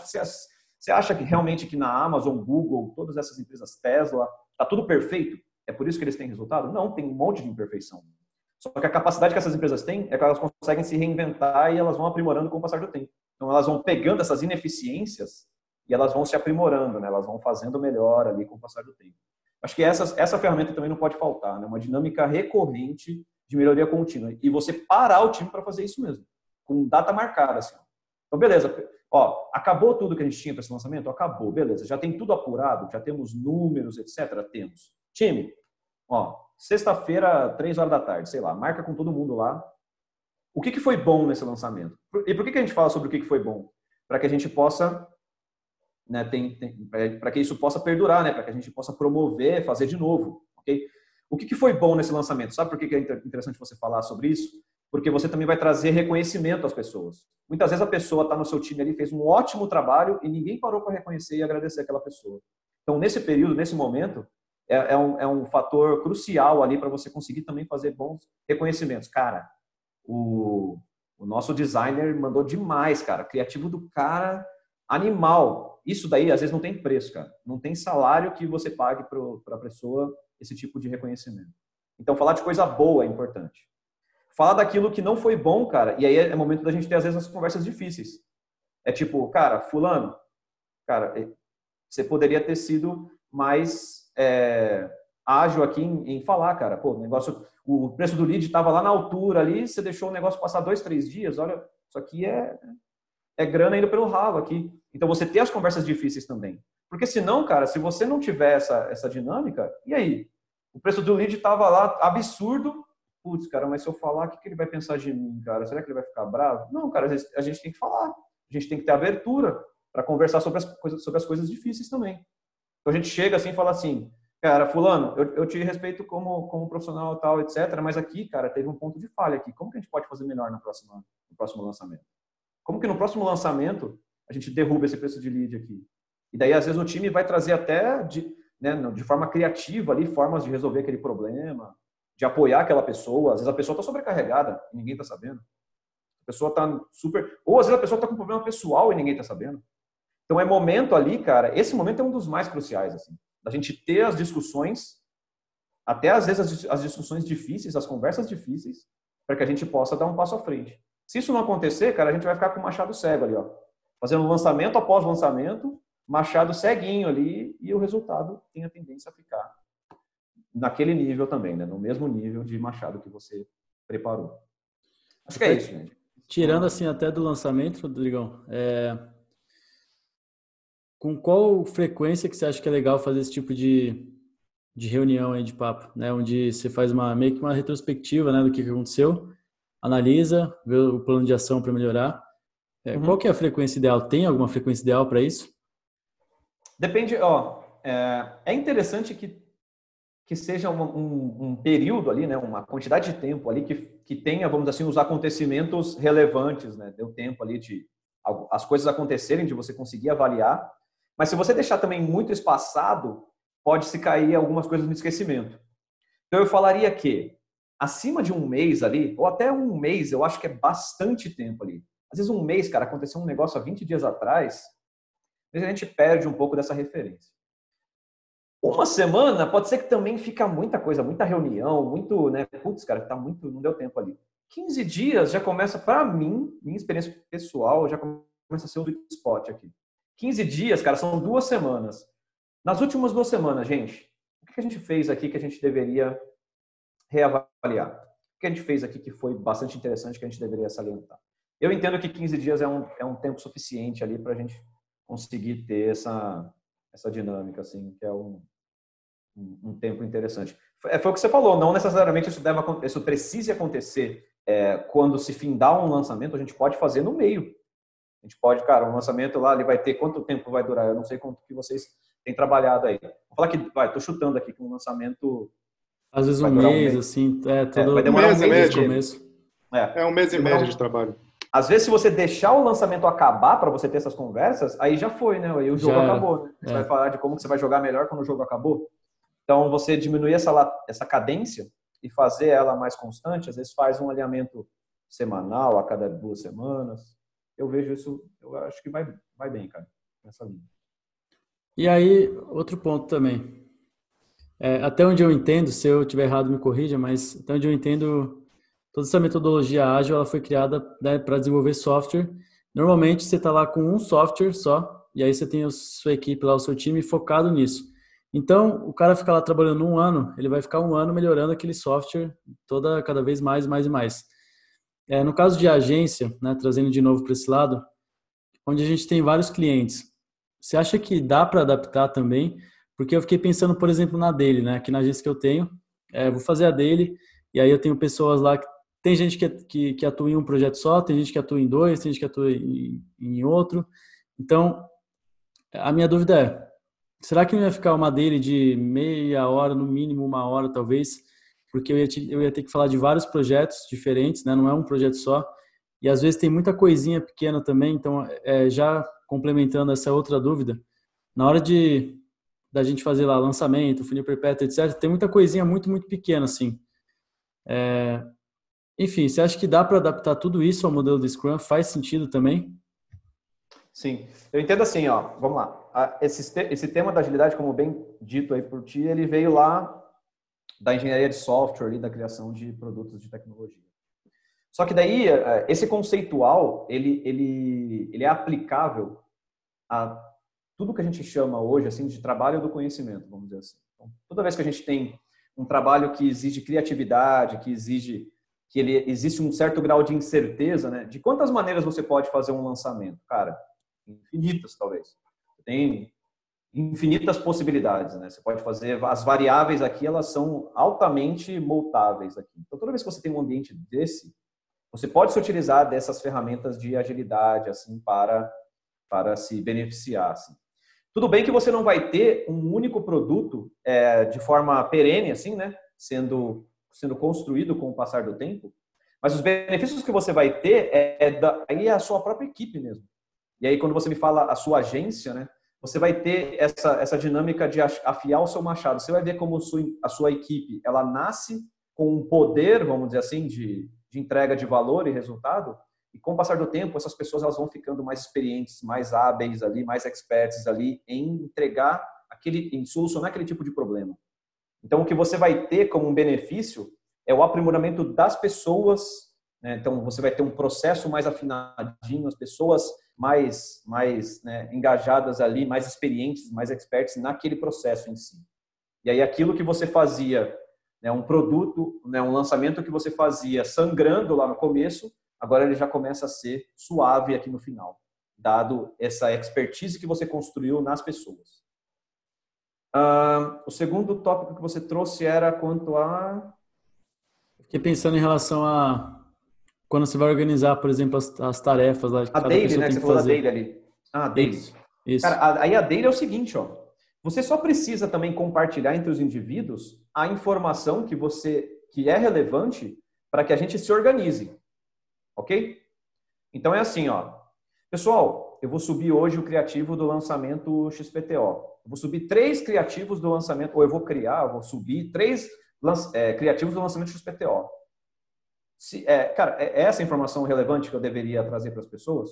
Você acha que realmente que na Amazon, Google, todas essas empresas, Tesla, tá tudo perfeito? É por isso que eles têm resultado? Não, tem um monte de imperfeição. Só que a capacidade que essas empresas têm é que elas conseguem se reinventar e elas vão aprimorando com o passar do tempo. Então elas vão pegando essas ineficiências e elas vão se aprimorando, né? Elas vão fazendo melhor ali com o passar do tempo. Acho que essa ferramenta também não pode faltar, né? Uma dinâmica recorrente de melhoria contínua. E você parar o time para fazer isso mesmo, com data marcada. Assim. Então, beleza. Ó, acabou tudo que a gente tinha para esse lançamento? Acabou, beleza. Já tem tudo apurado? Já temos números, etc? Temos. Time, ó, sexta-feira, 3 horas da tarde, sei lá, marca com todo mundo lá. O que foi bom nesse lançamento? E por que a gente fala sobre o que foi bom? Para que a gente possa, né, para que isso possa perdurar, né, para que a gente possa promover, fazer de novo, ok? O que foi bom nesse lançamento? Sabe por que é interessante você falar sobre isso? Porque você também vai trazer reconhecimento às pessoas. Muitas vezes a pessoa está no seu time ali, fez um ótimo trabalho e ninguém parou para reconhecer e agradecer aquela pessoa. Então, nesse período, nesse momento, é um fator crucial ali para você conseguir também fazer bons reconhecimentos. Cara, o nosso designer mandou demais, cara. Criativo do cara, animal. Isso daí, às vezes, não tem preço, cara. Não tem salário que você pague para a pessoa esse tipo de reconhecimento. Então, falar de coisa boa é importante. Falar daquilo que não foi bom, cara, e aí é momento da gente ter, às vezes, as conversas difíceis. É tipo, cara, fulano, cara, você poderia ter sido mais ágil aqui em falar, cara. Pô, o preço do lead estava lá na altura ali, você deixou o negócio passar 2, 3 dias, olha, isso aqui é grana indo pelo ralo aqui. Então, você ter as conversas difíceis também. Porque senão, cara, se você não tiver essa dinâmica, e aí? O preço do lead estava lá absurdo. Putz, cara, mas se eu falar, o que ele vai pensar de mim, cara? Será que ele vai ficar bravo? Não, cara, a gente tem que falar. A gente tem que ter abertura para conversar sobre as coisas difíceis também. Então a gente chega assim e fala assim, cara, fulano, eu te respeito como profissional e tal, etc. Mas aqui, cara, teve um ponto de falha aqui. Como que a gente pode fazer melhor no próximo lançamento? Como que no próximo lançamento a gente derruba esse preço de lead aqui? E daí, às vezes, o time vai trazer até de forma criativa ali, formas de resolver aquele problema, de apoiar aquela pessoa. Às vezes a pessoa está sobrecarregada e ninguém está sabendo. A pessoa está super... Ou às vezes a pessoa está com um problema pessoal e ninguém está sabendo. Então é momento ali, cara, esse momento é um dos mais cruciais, assim, da gente ter as discussões, até às vezes as discussões difíceis, as conversas difíceis, para que a gente possa dar um passo à frente. Se isso não acontecer, cara, a gente vai ficar com o machado cego ali, ó, fazendo lançamento após lançamento, machado ceguinho ali, e o resultado tem a tendência a ficar naquele nível também, né? No mesmo nível de machado que você preparou. Acho que é isso, gente. Tirando assim até do lançamento, Rodrigão, com qual frequência que você acha que é legal fazer esse tipo de reunião aí de papo, né? Onde você faz meio que uma retrospectiva, né, do que aconteceu, analisa, vê o plano de ação para melhorar. Qual que é a frequência ideal? Tem alguma frequência ideal para isso? Depende, é interessante que seja um período ali, né, uma quantidade de tempo ali que tenha, vamos dizer assim, os acontecimentos relevantes, né? Deu tempo ali de as coisas acontecerem, de você conseguir avaliar. Mas se você deixar também muito espaçado, pode se cair algumas coisas no esquecimento. Então eu falaria que acima de um mês ali, ou até um mês, eu acho que é bastante tempo ali. Às vezes um mês, cara, aconteceu um negócio há 20 dias atrás, às vezes a gente perde um pouco dessa referência. Uma semana pode ser que também fica muita coisa, muita reunião, muito, né? Putz, cara, tá muito, não deu tempo ali. 15 dias já começa, para mim, minha experiência pessoal, já começa a ser um sweet spot aqui. 15 dias, cara, são 2 semanas. Nas últimas 2 semanas, gente, o que a gente fez aqui que a gente deveria reavaliar? O que a gente fez aqui que foi bastante interessante que a gente deveria salientar? Eu entendo que 15 dias é um tempo suficiente ali para a gente conseguir ter essa dinâmica, assim, que é um tempo interessante. Foi o que você falou, não necessariamente isso precise acontecer quando se findar um lançamento, a gente pode fazer no meio. A gente pode, cara, um lançamento lá, ele vai ter quanto tempo vai durar? Eu não sei quanto que vocês têm trabalhado aí. Vou falar que, tô chutando aqui que um lançamento às vezes vai um durar mês, mês. assim, vai demorar um mês no começo. É um mês e médio de trabalho. Às vezes, se você deixar o lançamento acabar para você ter essas conversas, aí já foi, né? Aí o jogo acabou, né? Você vai falar de como você vai jogar melhor quando o jogo acabou. Então, você diminuir essa cadência e fazer ela mais constante, às vezes faz um alinhamento semanal a cada 2 semanas. Eu vejo isso, eu acho que vai bem, cara, nessa linha. E aí, outro ponto também. Até onde eu entendo, se eu estiver errado me corrija, mas até onde eu entendo, toda essa metodologia ágil ela foi criada, né, para desenvolver software. Normalmente você está lá com um software só, e aí você tem a sua equipe lá, o seu time focado nisso. Então, o cara fica lá trabalhando 1 ano, ele vai ficar 1 ano melhorando aquele software cada vez mais e mais. No caso de agência, né, trazendo de novo para esse lado, onde a gente tem vários clientes, você acha que dá para adaptar também? Porque eu fiquei pensando, por exemplo, na dele, né? Aqui na agência que eu tenho, vou fazer a dele, e aí eu tenho pessoas lá, tem gente que atua em um projeto só, tem gente que atua em 2, tem gente que atua em outro. Então, a minha dúvida será que não ia ficar uma dele de meia hora, no mínimo 1 hora talvez? Porque eu ia ter que falar de vários projetos diferentes, né? Não é um projeto só. E às vezes tem muita coisinha pequena também, então já complementando essa outra dúvida, na hora da gente fazer lá lançamento, funil perpétuo, etc., tem muita coisinha muito, muito pequena, assim. Enfim, você acha que dá para adaptar tudo isso ao modelo do Scrum? Faz sentido também? Sim, eu entendo assim, ó, vamos lá. Esse tema da agilidade, como bem dito aí por ti, ele veio lá da engenharia de software e da criação de produtos de tecnologia. Só que daí, esse conceitual, ele é aplicável a tudo que a gente chama hoje assim de trabalho do conhecimento, vamos dizer assim. Então, toda vez que a gente tem um trabalho que exige criatividade, que existe um certo grau de incerteza, né? De quantas maneiras você pode fazer um lançamento? Cara, infinitas, talvez. Tem infinitas possibilidades, né? Você pode fazer, as variáveis aqui, elas são altamente mutáveis aqui. Então, toda vez que você tem um ambiente desse, você pode se utilizar dessas ferramentas de agilidade, assim, para se beneficiar, assim. Tudo bem que você não vai ter um único produto de forma perene, assim, né? Sendo construído com o passar do tempo, mas os benefícios que você vai ter aí é a sua própria equipe mesmo. E aí, quando você me fala a sua agência, né? Você vai ter essa dinâmica de afiar o seu machado. Você vai ver como a sua equipe, ela nasce com um poder, vamos dizer assim, de entrega de valor e resultado, e com o passar do tempo, essas pessoas elas vão ficando mais experientes, mais hábeis ali, mais experts ali em em solucionar aquele tipo de problema. Então, o que você vai ter como um benefício é o aprimoramento das pessoas, né? Então, você vai ter um processo mais afinadinho, as pessoas mais né, engajadas ali, mais experientes, mais experts naquele processo em si. E aí, aquilo que você fazia, né, um produto, né, um lançamento que você fazia sangrando lá no começo, agora ele já começa a ser suave aqui no final. dado essa expertise que você construiu nas pessoas. O segundo tópico que você trouxe era quanto a... Fiquei pensando em relação a quando você vai organizar, por exemplo, as tarefas lá que A cada daily, pessoa né? Que tem você que falou da fazer. daily ali. Ah, daily. Isso. Cara, aí a daily é o seguinte, ó. Você só precisa também compartilhar entre os indivíduos a informação que é relevante para que a gente se organize. Ok? Então é assim, ó. Pessoal, eu vou subir hoje o criativo do lançamento XPTO. Eu vou subir 3 criativos do lançamento, ou eu vou subir 3 criativos do lançamento XPTO. Cara, é essa informação relevante que eu deveria trazer para as pessoas?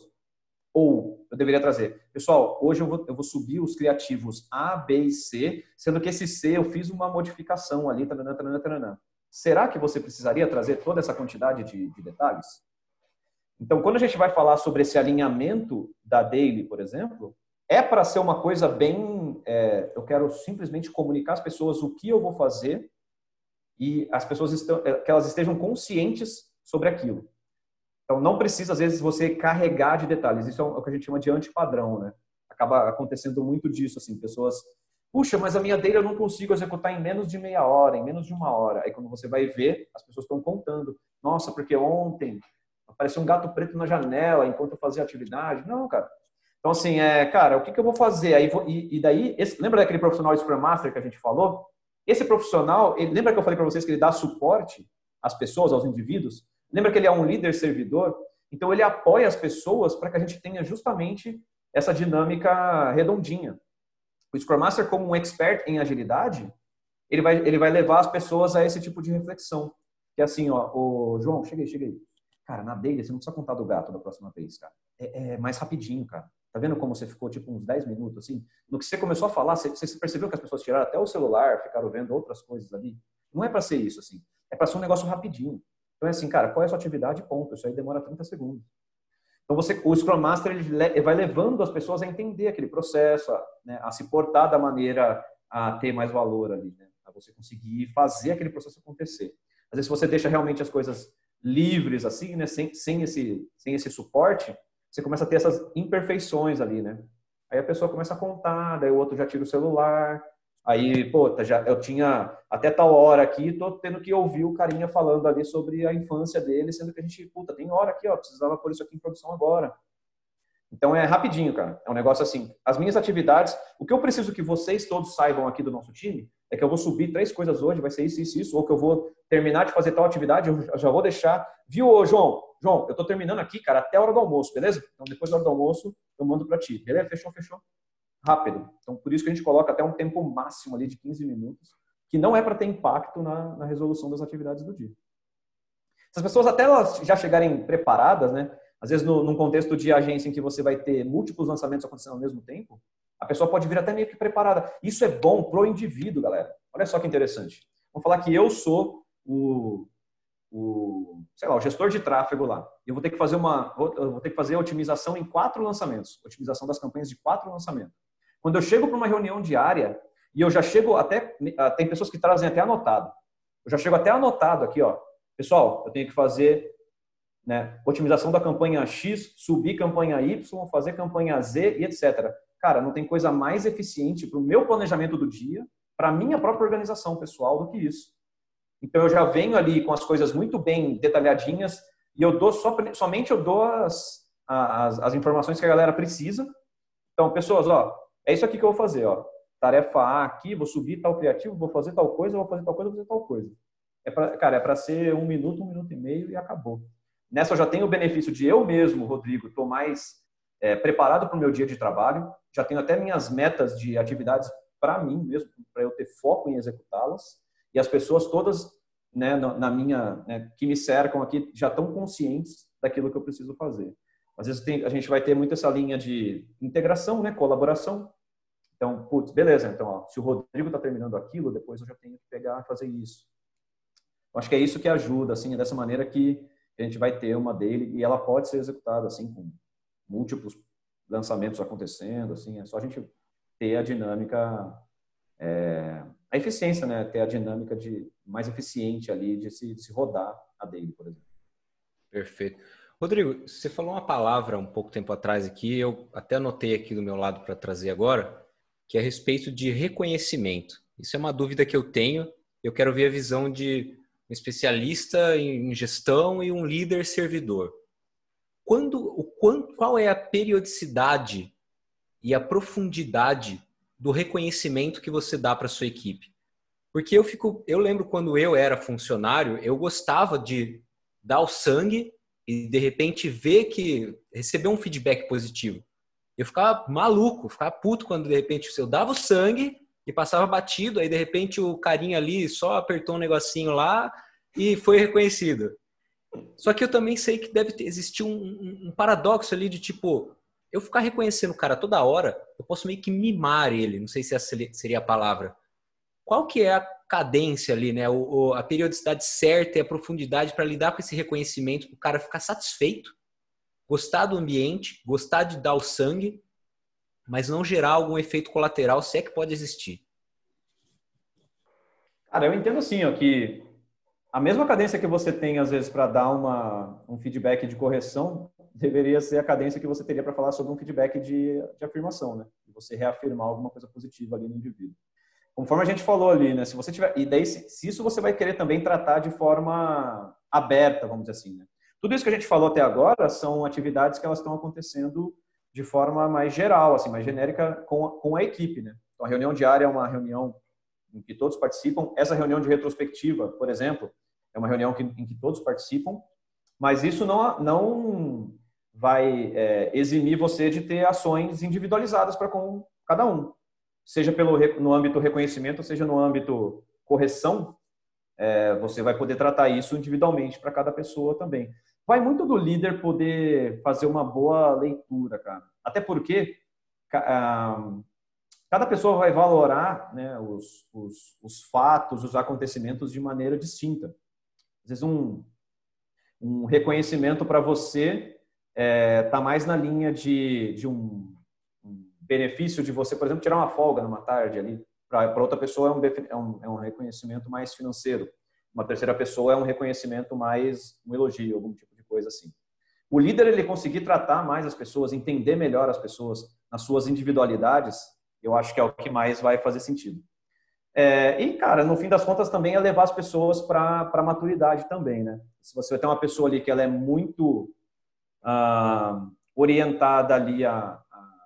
Ou eu deveria trazer, pessoal, hoje eu vou subir os criativos A, B e C, sendo que esse C eu fiz uma modificação ali, taranã, taranã, taranã. Será que você precisaria trazer toda essa quantidade de detalhes? Então, quando a gente vai falar sobre esse alinhamento da daily, por exemplo, é para ser uma coisa bem... eu quero simplesmente comunicar às pessoas o que eu vou fazer e as pessoas que elas estejam conscientes sobre aquilo. Então, não precisa, às vezes, você carregar de detalhes. Isso é o que a gente chama de antipadrão, né? Acaba acontecendo muito disso, assim, pessoas... Puxa, mas a minha daily eu não consigo executar em menos de meia hora, em menos de uma hora. Aí, quando você vai ver, as pessoas estão contando. Nossa, porque ontem apareceu um gato preto na janela enquanto eu fazia atividade. Não, cara. Então, assim, cara, o que eu vou fazer? Aí, daí, lembra daquele profissional Scrum Master que a gente falou? Esse profissional, lembra que eu falei para vocês que ele dá suporte às pessoas, aos indivíduos? Lembra que ele é um líder servidor? Então, ele apoia as pessoas para que a gente tenha justamente essa dinâmica redondinha. O Scrum Master, como um expert em agilidade, ele vai levar as pessoas a esse tipo de reflexão. Que é assim, ó, João, chega aí. Cara, na daily, você não precisa contar do gato da próxima vez, cara. É mais rapidinho, cara. Tá vendo como você ficou, tipo, uns 10 minutos, assim? No que você começou a falar, você percebeu que as pessoas tiraram até o celular, ficaram vendo outras coisas ali? Não é para ser isso, assim. É para ser um negócio rapidinho. Então é assim, cara, qual é a sua atividade? Ponto. Isso aí demora 30 segundos. Então o Scrum Master ele vai levando as pessoas a entender aquele processo, a se portar da maneira a ter mais valor ali, né? A você conseguir fazer aquele processo acontecer. Às vezes, se você deixa realmente as coisas livres assim, né, sem esse suporte, você começa a ter essas imperfeições ali, né? Aí a pessoa começa a contar, daí o outro já tira o celular. Aí, pô, eu tinha até tal hora aqui, tô tendo que ouvir o carinha falando ali sobre a infância dele, sendo que a gente, puta, tem hora aqui, ó, precisava pôr isso aqui em produção agora. Então é rapidinho, cara. É um negócio assim. As minhas atividades, o que eu preciso que vocês todos saibam aqui do nosso time é que eu vou subir 3 coisas hoje, vai ser isso, ou que eu vou terminar de fazer tal atividade, eu já vou deixar. Viu, João? João, eu tô terminando aqui, cara, até a hora do almoço, beleza? Então depois da hora do almoço, eu mando para ti. Beleza? Fechou. Rápido. Então, por isso que a gente coloca até um tempo máximo ali de 15 minutos, que não é para ter impacto na resolução das atividades do dia. Se as pessoas até elas já chegarem preparadas, né? Às vezes, num contexto de agência em que você vai ter múltiplos lançamentos acontecendo ao mesmo tempo, a pessoa pode vir até meio que preparada. Isso é bom pro indivíduo, galera. Olha só que interessante. Vamos falar que eu sou sei lá, o gestor de tráfego lá. Eu vou ter que fazer a otimização em 4 lançamentos. Otimização das campanhas de 4 lançamentos. Quando eu chego para uma reunião diária, e eu já chego até... Tem pessoas que trazem até anotado. Eu já chego até anotado aqui, ó. Pessoal, eu tenho que fazer, né, otimização da campanha X, subir campanha Y, fazer campanha Z e etc. Cara, não tem coisa mais eficiente para o meu planejamento do dia, para a minha própria organização pessoal do que isso. Então, eu já venho ali com as coisas muito bem detalhadinhas e eu dou somente eu dou as informações que a galera precisa. Então, pessoas, ó, é isso aqui que eu vou fazer, ó. Tarefa A aqui, vou subir tal criativo, vou fazer tal coisa, vou fazer tal coisa, vou fazer tal coisa. Cara, é para ser 1 minuto, 1 minuto e meio e acabou. Nessa eu já tenho o benefício de eu mesmo, Rodrigo, estou mais preparado para o meu dia de trabalho, já tenho até minhas metas de atividades para mim mesmo, para eu ter foco em executá-las, e as pessoas todas, né, que me cercam aqui já estão conscientes daquilo que eu preciso fazer. Às vezes a gente vai ter muito essa linha de integração, né, colaboração. Então, putz, beleza, então, ó, se o Rodrigo está terminando aquilo, depois eu já tenho que pegar e fazer isso. Eu acho que é isso que ajuda, assim, é dessa maneira que a gente vai ter uma daily e ela pode ser executada, assim, com múltiplos lançamentos acontecendo, assim, é só a gente ter a dinâmica, a eficiência, né, ter a dinâmica mais eficiente ali de se rodar a daily, por exemplo. Perfeito. Rodrigo, você falou uma palavra um pouco tempo atrás aqui, eu até anotei aqui do meu lado para trazer agora, que é a respeito de reconhecimento. Isso é uma dúvida que eu tenho, eu quero ver a visão de um especialista em gestão e um líder servidor. Qual é a periodicidade e a profundidade do reconhecimento que você dá para sua equipe? Porque eu lembro quando eu era funcionário, eu gostava de dar o sangue e de repente receber um feedback positivo. Eu ficava maluco, ficava puto quando de repente eu dava o sangue e passava batido, aí de repente o carinha ali só apertou um negocinho lá e foi reconhecido. Só que eu também sei que deve existir um paradoxo ali de tipo, eu ficar reconhecendo o cara toda hora, eu posso meio que mimar ele, não sei se essa seria a palavra. Qual que é a cadência ali, né? A periodicidade certa e a profundidade para lidar com esse reconhecimento, para o cara ficar satisfeito, gostar do ambiente, gostar de dar o sangue, mas não gerar algum efeito colateral, se é que pode existir. Cara, eu entendo assim, ó, que a mesma cadência que você tem, às vezes, para dar um feedback de correção, deveria ser a cadência que você teria para falar sobre um feedback de afirmação, né? De você reafirmar alguma coisa positiva ali no indivíduo. Conforme a gente falou ali, né? Se você tiver, e daí, se isso você vai querer também tratar de forma aberta, vamos dizer assim, né? Tudo isso que a gente falou até agora são atividades que elas estão acontecendo de forma mais geral, assim, mais genérica com a equipe, né? Então, a reunião diária é uma reunião em que todos participam. Essa reunião de retrospectiva, por exemplo, é uma reunião em que todos participam, mas isso não vai eximir você de ter ações individualizadas para com cada um. Seja no âmbito reconhecimento, seja no âmbito correção, você vai poder tratar isso individualmente para cada pessoa também. Vai muito do líder poder fazer uma boa leitura, cara. Até porque cada pessoa vai valorar, né, os fatos, os acontecimentos de maneira distinta. Às vezes um reconhecimento para você está mais na linha de um benefício de você, por exemplo, tirar uma folga numa tarde ali. Para outra pessoa é um reconhecimento mais financeiro. Uma terceira pessoa é um reconhecimento mais um elogio, algum tipo de coisa assim. O líder, ele conseguir tratar mais as pessoas, entender melhor as pessoas nas suas individualidades, eu acho que é o que mais vai fazer sentido. E, cara, no fim das contas também é levar as pessoas para a maturidade também, né? Se você tem uma pessoa ali que ela é muito orientada ali a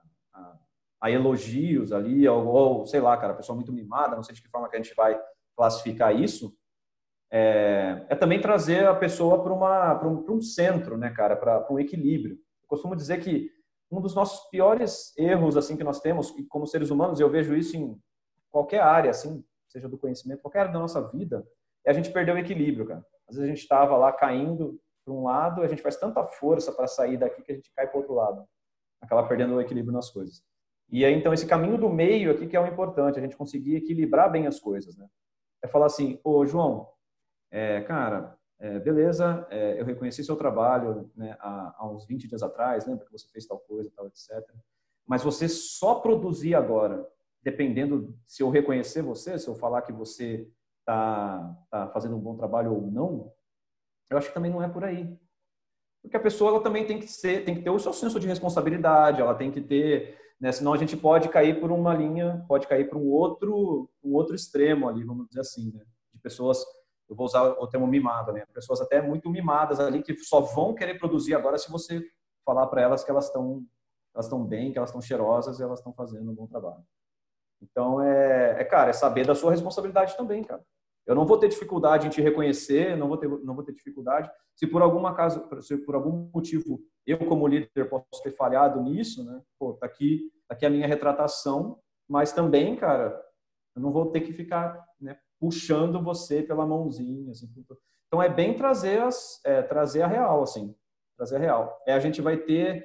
elogios ali, ou sei lá, cara, pessoa muito mimada, não sei de que forma que a gente vai classificar isso, também trazer a pessoa para um centro, né, cara, para um equilíbrio. Eu costumo dizer que um dos nossos piores erros, assim, que nós temos, e como seres humanos, eu vejo isso em qualquer área, assim, seja do conhecimento, qualquer área da nossa vida, é a gente perder o equilíbrio, cara. Às vezes a gente estava lá caindo para um lado, a gente faz tanta força para sair daqui que a gente cai para o outro lado. Acaba perdendo o equilíbrio nas coisas. E aí, então, esse caminho do meio aqui que é o importante, a gente conseguir equilibrar bem as coisas, né? É falar assim, ô, João, cara, beleza, eu reconheci seu trabalho, né, há uns 20 dias atrás, lembra que você fez tal coisa, tal, etc. Mas você só produzir agora, dependendo se eu reconhecer você, se eu falar que você tá fazendo um bom trabalho ou não, eu acho que também não é por aí. Porque a pessoa ela também tem que ter o seu senso de responsabilidade, ela tem que ter, né, senão a gente pode cair por uma linha, pode cair para um outro extremo ali, vamos dizer assim, né, de pessoas, eu vou usar o termo mimada, né, pessoas até muito mimadas ali que só vão querer produzir agora se você falar para elas que elas estão bem, que elas estão cheirosas e elas estão fazendo um bom trabalho. Então, cara, é saber da sua responsabilidade também, cara. Eu não vou ter dificuldade em te reconhecer, não vou ter dificuldade. Se por algum motivo eu, como líder, posso ter falhado nisso, né? Pô, tá aqui a minha retratação, mas também, cara, eu não vou ter que ficar, né, puxando você pela mãozinha, assim. Então, é bem trazer a real, assim. Trazer a real. A gente vai ter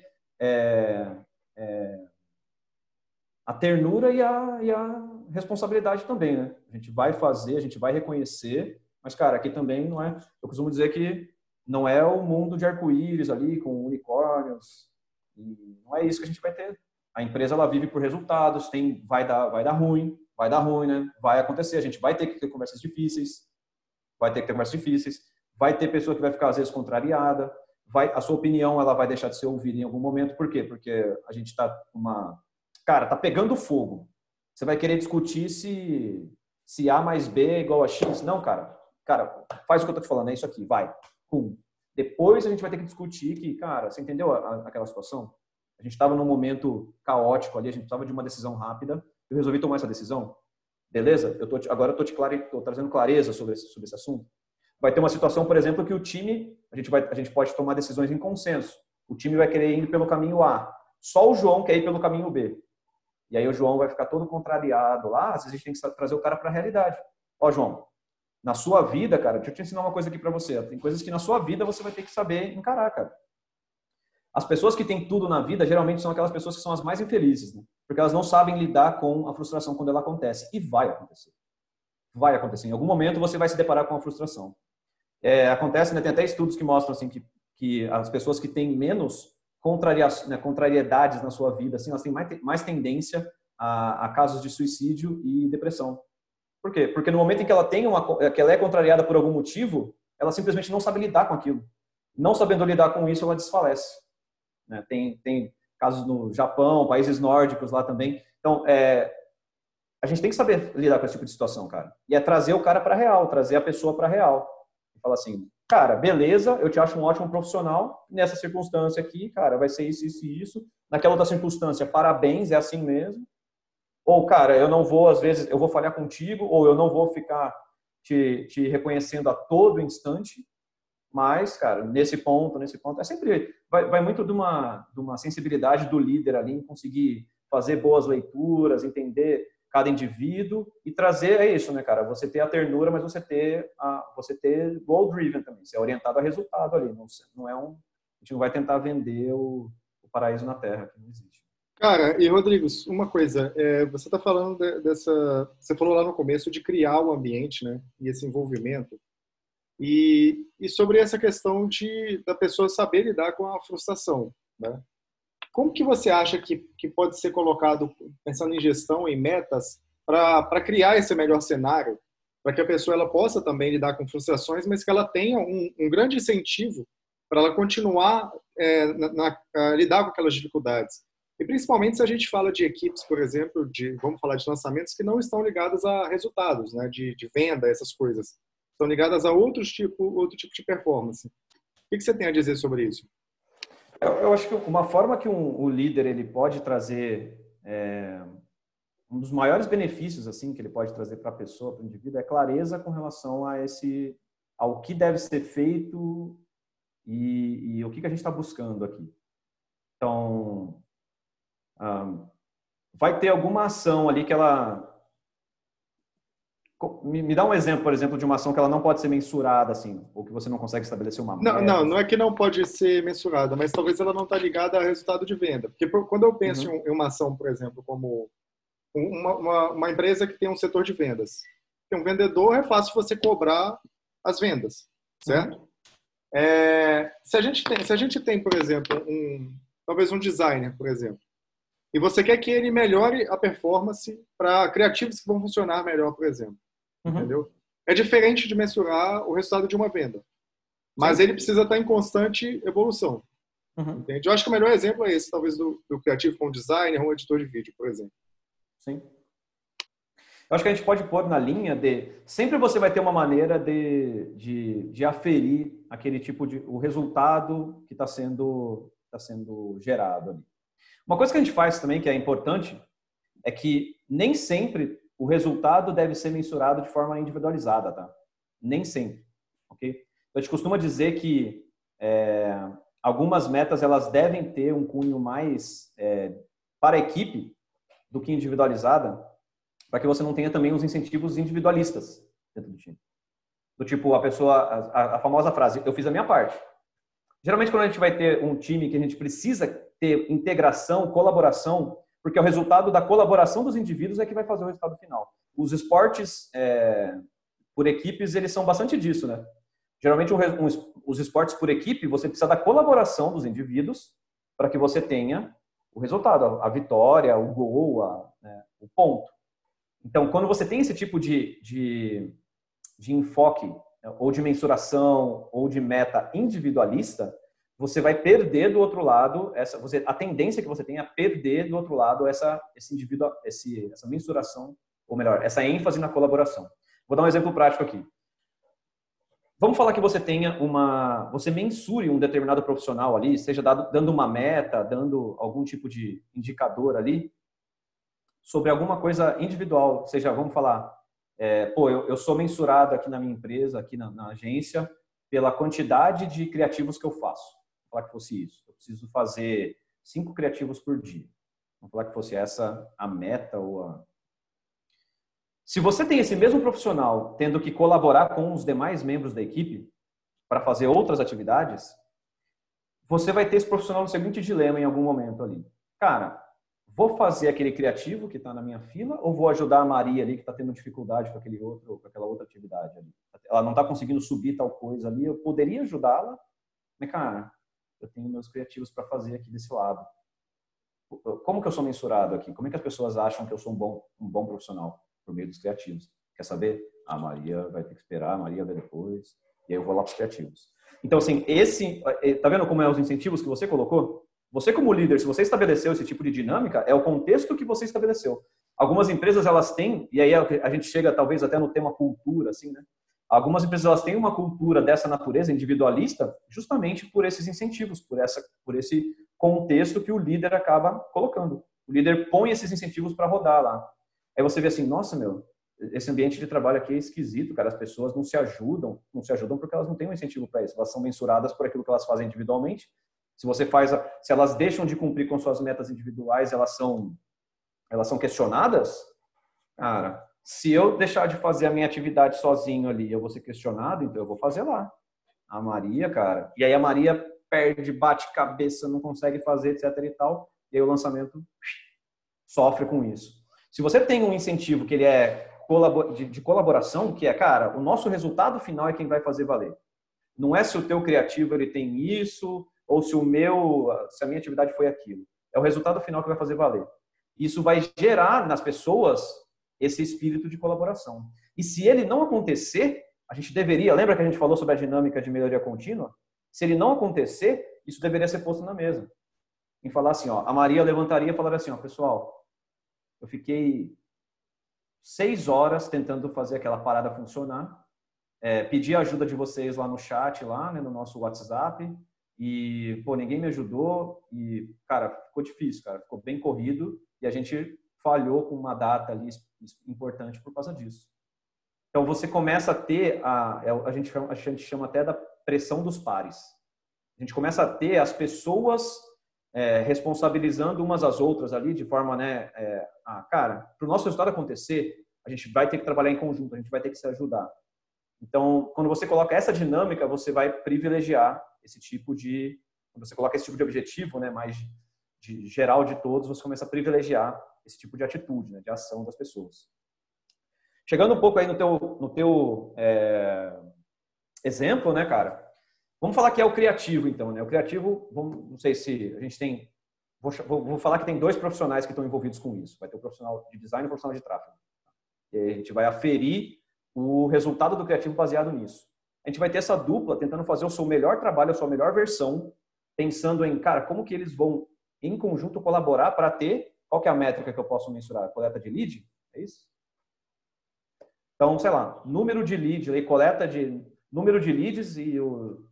a ternura e a responsabilidade também, né? A gente vai fazer, a gente vai reconhecer, mas, cara, aqui também não é... Eu costumo dizer que não é o mundo de arco-íris ali, com unicórnios, e não é isso que a gente vai ter. A empresa, ela vive por resultados, vai dar ruim, né? Vai acontecer, a gente vai ter que ter conversas difíceis, vai ter pessoa que vai ficar, às vezes, contrariada, a sua opinião ela vai deixar de ser ouvida em algum momento. Por quê? Porque a gente está cara, tá pegando fogo. Você vai querer discutir se A mais B é igual a X? Não, cara, faz o que eu tô te falando, é isso aqui, vai. Pum. Depois a gente vai ter que discutir que, cara, você entendeu aquela situação? A gente estava num momento caótico ali, a gente precisava de uma decisão rápida, eu resolvi tomar essa decisão. Beleza? Agora eu tô trazendo clareza sobre esse assunto. Vai ter uma situação, por exemplo, que o time, a gente pode tomar decisões em consenso. O time vai querer ir pelo caminho A. Só o João quer ir pelo caminho B. E aí o João vai ficar todo contrariado lá. Às vezes a gente tem que trazer o cara para a realidade. Ó, João, na sua vida, cara, deixa eu te ensinar uma coisa aqui para você. Tem coisas que na sua vida você vai ter que saber encarar, cara. As pessoas que têm tudo na vida, geralmente são aquelas pessoas que são as mais infelizes, né? Porque elas não sabem lidar com a frustração quando ela acontece. E vai acontecer. Vai acontecer. Em algum momento você vai se deparar com a frustração. Acontece, né? Tem até estudos que mostram assim, que as pessoas que têm menos contrariedades na sua vida, assim, elas têm mais tendência a casos de suicídio e depressão. Por quê? Porque no momento em que que ela é contrariada por algum motivo, ela simplesmente não sabe lidar com aquilo. Não sabendo lidar com isso, ela desfalece. Né? Tem casos no Japão, países nórdicos lá também. Então, a gente tem que saber lidar com esse tipo de situação, cara. E é trazer o cara para real, trazer a pessoa para real. E falar assim, cara, beleza, eu te acho um ótimo profissional, nessa circunstância aqui, cara, vai ser isso, isso e isso. Naquela outra circunstância, parabéns, é assim mesmo. Ou, cara, eu não vou, às vezes, eu vou falhar contigo, ou eu não vou ficar te reconhecendo a todo instante. Mas, cara, nesse ponto, é sempre, vai muito de uma sensibilidade do líder ali, em conseguir fazer boas leituras, entender cada indivíduo e trazer, é isso, né, cara? Você ter a ternura, mas você ter goal driven também, ser orientado a resultado ali. Não a gente não vai tentar vender o paraíso na terra, que não existe. Cara, e Rodrigues, uma coisa, você está falando você falou lá no começo de criar o ambiente, né, e esse envolvimento, e sobre essa questão da pessoa saber lidar com a frustração, né? Como que você acha que pode ser colocado, pensando em gestão, em metas, para criar esse melhor cenário, para que a pessoa ela possa também lidar com frustrações, mas que ela tenha um grande incentivo para ela continuar a lidar com aquelas dificuldades? E principalmente se a gente fala de equipes, por exemplo, vamos falar de lançamentos que não estão ligadas a resultados, né, de venda, essas coisas. Estão ligadas a outro tipo de performance. O que você tem a dizer sobre isso? Eu acho que uma forma que o líder ele pode trazer, um dos maiores benefícios assim que ele pode trazer para a pessoa, para o indivíduo, é clareza com relação ao que deve ser feito e o que a gente está buscando aqui. Então, vai ter alguma ação ali que ela... Me dá um exemplo, por exemplo, de uma ação que ela não pode ser mensurada, assim, ou que você não consegue estabelecer uma meta. Não é que não pode ser mensurada, mas talvez ela não está ligada a resultado de venda. Porque quando eu penso em uma ação, por exemplo, como uma empresa que tem um setor de vendas, tem um vendedor, é fácil você cobrar as vendas, certo? Se a gente tem, por exemplo, talvez um designer, por exemplo, e você quer que ele melhore a performance para criativos que vão funcionar melhor, por exemplo. Entendeu? É diferente de mensurar o resultado de uma venda. Mas ele precisa estar em constante evolução. Entende? Eu acho que o melhor exemplo é esse, talvez, do criativo com designer ou um editor de vídeo, por exemplo. Sim. Eu acho que a gente pode pôr na linha de... Sempre você vai ter uma maneira de aferir aquele tipo o resultado que está sendo gerado ali. Uma coisa que a gente faz também, que é importante, é que nem sempre o resultado deve ser mensurado de forma individualizada, tá? Nem sempre, ok? Então, a gente costuma dizer que algumas metas elas devem ter um cunho mais para a equipe do que individualizada, para que você não tenha também os incentivos individualistas dentro do time. Do tipo, a famosa frase, eu fiz a minha parte. Geralmente, quando a gente vai ter um time que a gente precisa ter integração, colaboração, porque o resultado da colaboração dos indivíduos é que vai fazer o resultado final. Os esportes por equipes, eles são bastante disso, né? Geralmente, os esportes por equipe, você precisa da colaboração dos indivíduos para que você tenha o resultado, a vitória, o gol, o ponto. Então, quando você tem esse tipo de enfoque, ou de mensuração, ou de meta individualista, você vai perder do outro lado, a tendência que você tem é perder do outro lado esse indivíduo, essa mensuração, ou melhor, essa ênfase na colaboração. Vou dar um exemplo prático aqui. Vamos falar que você você mensure um determinado profissional ali, seja dando uma meta, dando algum tipo de indicador ali, sobre alguma coisa individual, seja, vamos falar, eu sou mensurado aqui na minha empresa, aqui na agência, pela quantidade de criativos que eu faço. Vamos falar que fosse isso. Eu preciso fazer 5 criativos por dia. Vamos falar que fosse essa a meta Se você tem esse mesmo profissional tendo que colaborar com os demais membros da equipe para fazer outras atividades, você vai ter esse profissional no seguinte dilema em algum momento ali. Cara, vou fazer aquele criativo que está na minha fila ou vou ajudar a Maria ali que está tendo dificuldade com aquela outra atividade ali? Ela não está conseguindo subir tal coisa ali, eu poderia ajudá-la, mas, cara, eu tenho meus criativos para fazer aqui desse lado. Como que eu sou mensurado aqui? Como é que as pessoas acham que eu sou um bom profissional? Por meio dos criativos. Quer saber? A Maria vai ter que esperar, a Maria vai depois, e aí eu vou lá para os criativos. Então, assim, tá vendo como é os incentivos que você colocou? Você como líder, se você estabeleceu esse tipo de dinâmica, é o contexto que você estabeleceu. Algumas empresas, elas têm, e aí a gente chega talvez até no tema cultura, assim, né? Algumas empresas, elas têm uma cultura dessa natureza individualista justamente por esses incentivos, por esse contexto que o líder acaba colocando. O líder põe esses incentivos para rodar lá. Aí você vê assim, nossa, esse ambiente de trabalho aqui é esquisito, cara, as pessoas não se ajudam porque elas não têm um incentivo para isso, elas são mensuradas por aquilo que elas fazem individualmente. Se elas deixam de cumprir com suas metas individuais, elas são questionadas. Cara, se eu deixar de fazer a minha atividade sozinho ali, eu vou ser questionado, então eu vou fazer lá. A Maria, cara, e aí a Maria perde, bate cabeça, não consegue fazer, etc e tal, e aí o lançamento sofre com isso. Se você tem um incentivo que ele é de colaboração, que é, cara, o nosso resultado final é quem vai fazer valer. Não é se o teu criativo ele tem isso, ou se a minha atividade foi aquilo. É o resultado final que vai fazer valer. Isso vai gerar nas pessoas esse espírito de colaboração. E se ele não acontecer, a gente deveria, lembra que a gente falou sobre a dinâmica de melhoria contínua? Se ele não acontecer, isso deveria ser posto na mesa. Em falar assim, a Maria levantaria e falaria assim, pessoal, eu fiquei 6 horas tentando fazer aquela parada funcionar. Pedi a ajuda de vocês lá no chat, lá, né, no nosso WhatsApp. E, ninguém me ajudou. E, cara, ficou difícil, cara. Ficou bem corrido. E a gente falhou com uma data ali importante por causa disso. Então, você começa a ter, a gente chama até da pressão dos pares. A gente começa a ter as pessoas responsabilizando umas às outras ali de forma, né, cara, para o nosso resultado acontecer, a gente vai ter que trabalhar em conjunto, a gente vai ter que se ajudar. Então, quando você coloca essa dinâmica, você vai privilegiar quando você coloca esse tipo de objetivo, né, mais de geral de todos, você começa a privilegiar esse tipo de atitude, né, de ação das pessoas. Chegando um pouco aí no teu exemplo, né, cara? Vamos falar que é o criativo, então, né? O criativo, não sei se a gente tem... Vou falar que tem 2 profissionais que estão envolvidos com isso. Vai ter o profissional de design e o profissional de tráfego. E a gente vai aferir o resultado do criativo baseado nisso. A gente vai ter essa dupla tentando fazer o seu melhor trabalho, a sua melhor versão, pensando em, cara, como que eles vão, em conjunto, colaborar para ter... Qual que é a métrica que eu posso mensurar? Coleta de lead? É isso? Então, sei lá, número de leads, número de leads e o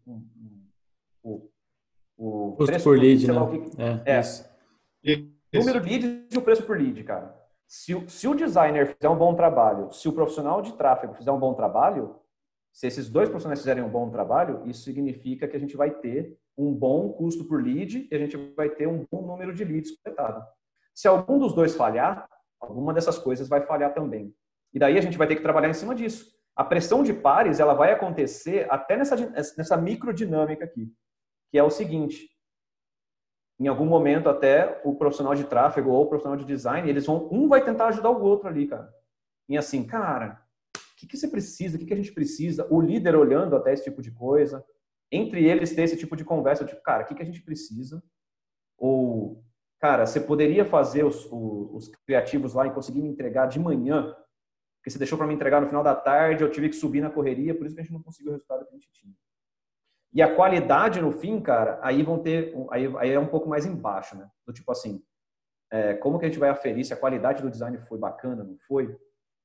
preço por lead, né? Isso. Número de leads e o preço por lead, cara. Se o designer fizer um bom trabalho, se o profissional de tráfego fizer um bom trabalho, se esses 2 profissionais fizerem um bom trabalho, isso significa que a gente vai ter um bom custo por lead e a gente vai ter um bom número de leads coletado. Se algum dos 2 falhar, alguma dessas coisas vai falhar também. E daí a gente vai ter que trabalhar em cima disso. A pressão de pares, ela vai acontecer até nessa microdinâmica aqui, que é o seguinte: em algum momento até o profissional de tráfego ou o profissional de design, um vai tentar ajudar o outro ali, cara. E assim, cara, o que você precisa? O que a gente precisa? O líder olhando até esse tipo de coisa, entre eles ter esse tipo de conversa, tipo, cara, o que a gente precisa? Ou, cara, você poderia fazer os criativos lá e conseguir me entregar de manhã? Porque você deixou para me entregar no final da tarde, eu tive que subir na correria, por isso que a gente não conseguiu o resultado que a gente tinha. E a qualidade no fim, cara, aí vão ter, aí é um pouco mais embaixo, né? Do tipo assim, como que a gente vai aferir se a qualidade do design foi bacana, não foi?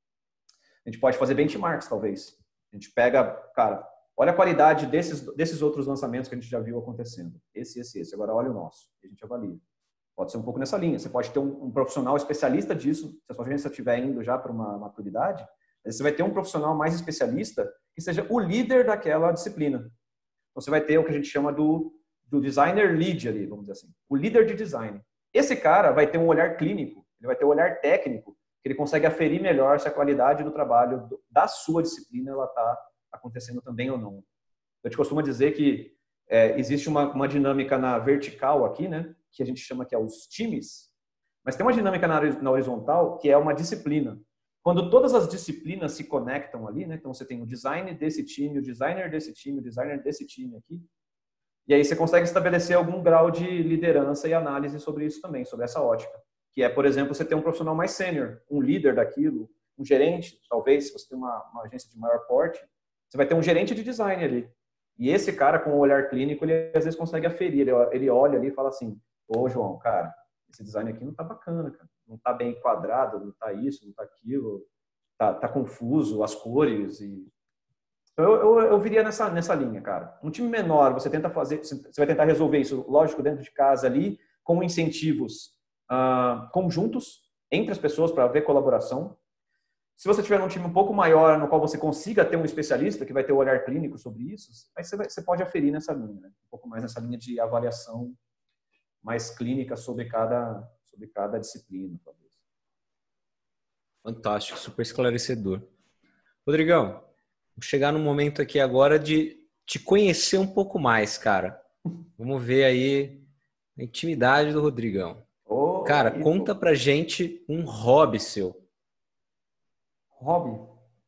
A gente pode fazer benchmarks, talvez. A gente pega, cara, olha a qualidade desses outros lançamentos que a gente já viu acontecendo. Esse. Agora olha o nosso. E a gente avalia. Pode ser um pouco nessa linha. Você pode ter um profissional especialista disso. Se a sua agência estiver indo já para uma maturidade, você vai ter um profissional mais especialista que seja o líder daquela disciplina. Então, você vai ter o que a gente chama do designer lead ali, vamos dizer assim. O líder de design. Esse cara vai ter um olhar clínico, ele vai ter um olhar técnico, que ele consegue aferir melhor se a qualidade do trabalho da sua disciplina ela está acontecendo também ou não. Eu te costumo dizer que existe uma dinâmica na vertical aqui, né, que a gente chama que é os times, mas tem uma dinâmica na horizontal que é uma disciplina. Quando todas as disciplinas se conectam ali, né, então você tem o design desse time, o designer desse time, o designer desse time aqui, e aí você consegue estabelecer algum grau de liderança e análise sobre isso também, sobre essa ótica. Que é, por exemplo, você ter um profissional mais sênior, um líder daquilo, um gerente, talvez, se você tem uma agência de maior porte, você vai ter um gerente de design ali. E esse cara, com o olhar clínico, ele às vezes consegue aferir. Ele olha ali e fala assim, ô João, cara, esse design aqui não tá bacana, cara. Não tá bem enquadrado, não tá isso, não tá aquilo, tá confuso, as cores. Então, eu viria nessa linha, cara. Um time menor, você vai tentar resolver isso, lógico, dentro de casa ali, com incentivos conjuntos entre as pessoas para haver colaboração. Se você tiver um time um pouco maior, no qual você consiga ter um especialista que vai ter o olhar clínico sobre isso, aí você pode aferir nessa linha, né? Um pouco mais nessa linha de avaliação mais clínica sobre cada disciplina, talvez. Fantástico, super esclarecedor. Rodrigão, vou chegar no momento aqui agora de te conhecer um pouco mais, cara. Vamos ver aí a intimidade do Rodrigão. Cara, conta pra gente um hobby seu. Hobby?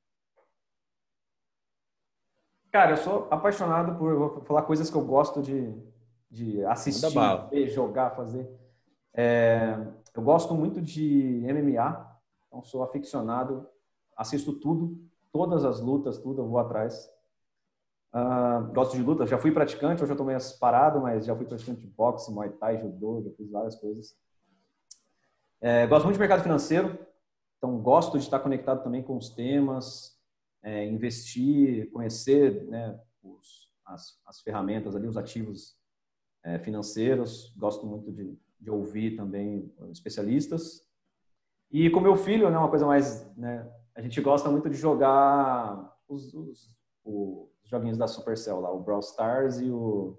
Cara, eu sou apaixonado vou falar coisas que eu gosto de assistir, ver, jogar, fazer. Eu gosto muito de MMA, então sou aficionado, assisto tudo, todas as lutas, tudo eu vou atrás. Gosto de luta, já fui praticante, hoje eu tô meio parado, mas já fui praticante de boxe, muay thai, judô, já fiz várias coisas. Gosto muito de mercado financeiro, então gosto de estar conectado também com os temas, investir, conhecer, né, as ferramentas ali, os ativos financeiros. Gosto muito de ouvir também especialistas. E com meu filho, né, uma coisa mais, né, a gente gosta muito de jogar os joguinhos da Supercell lá, o Brawl Stars e o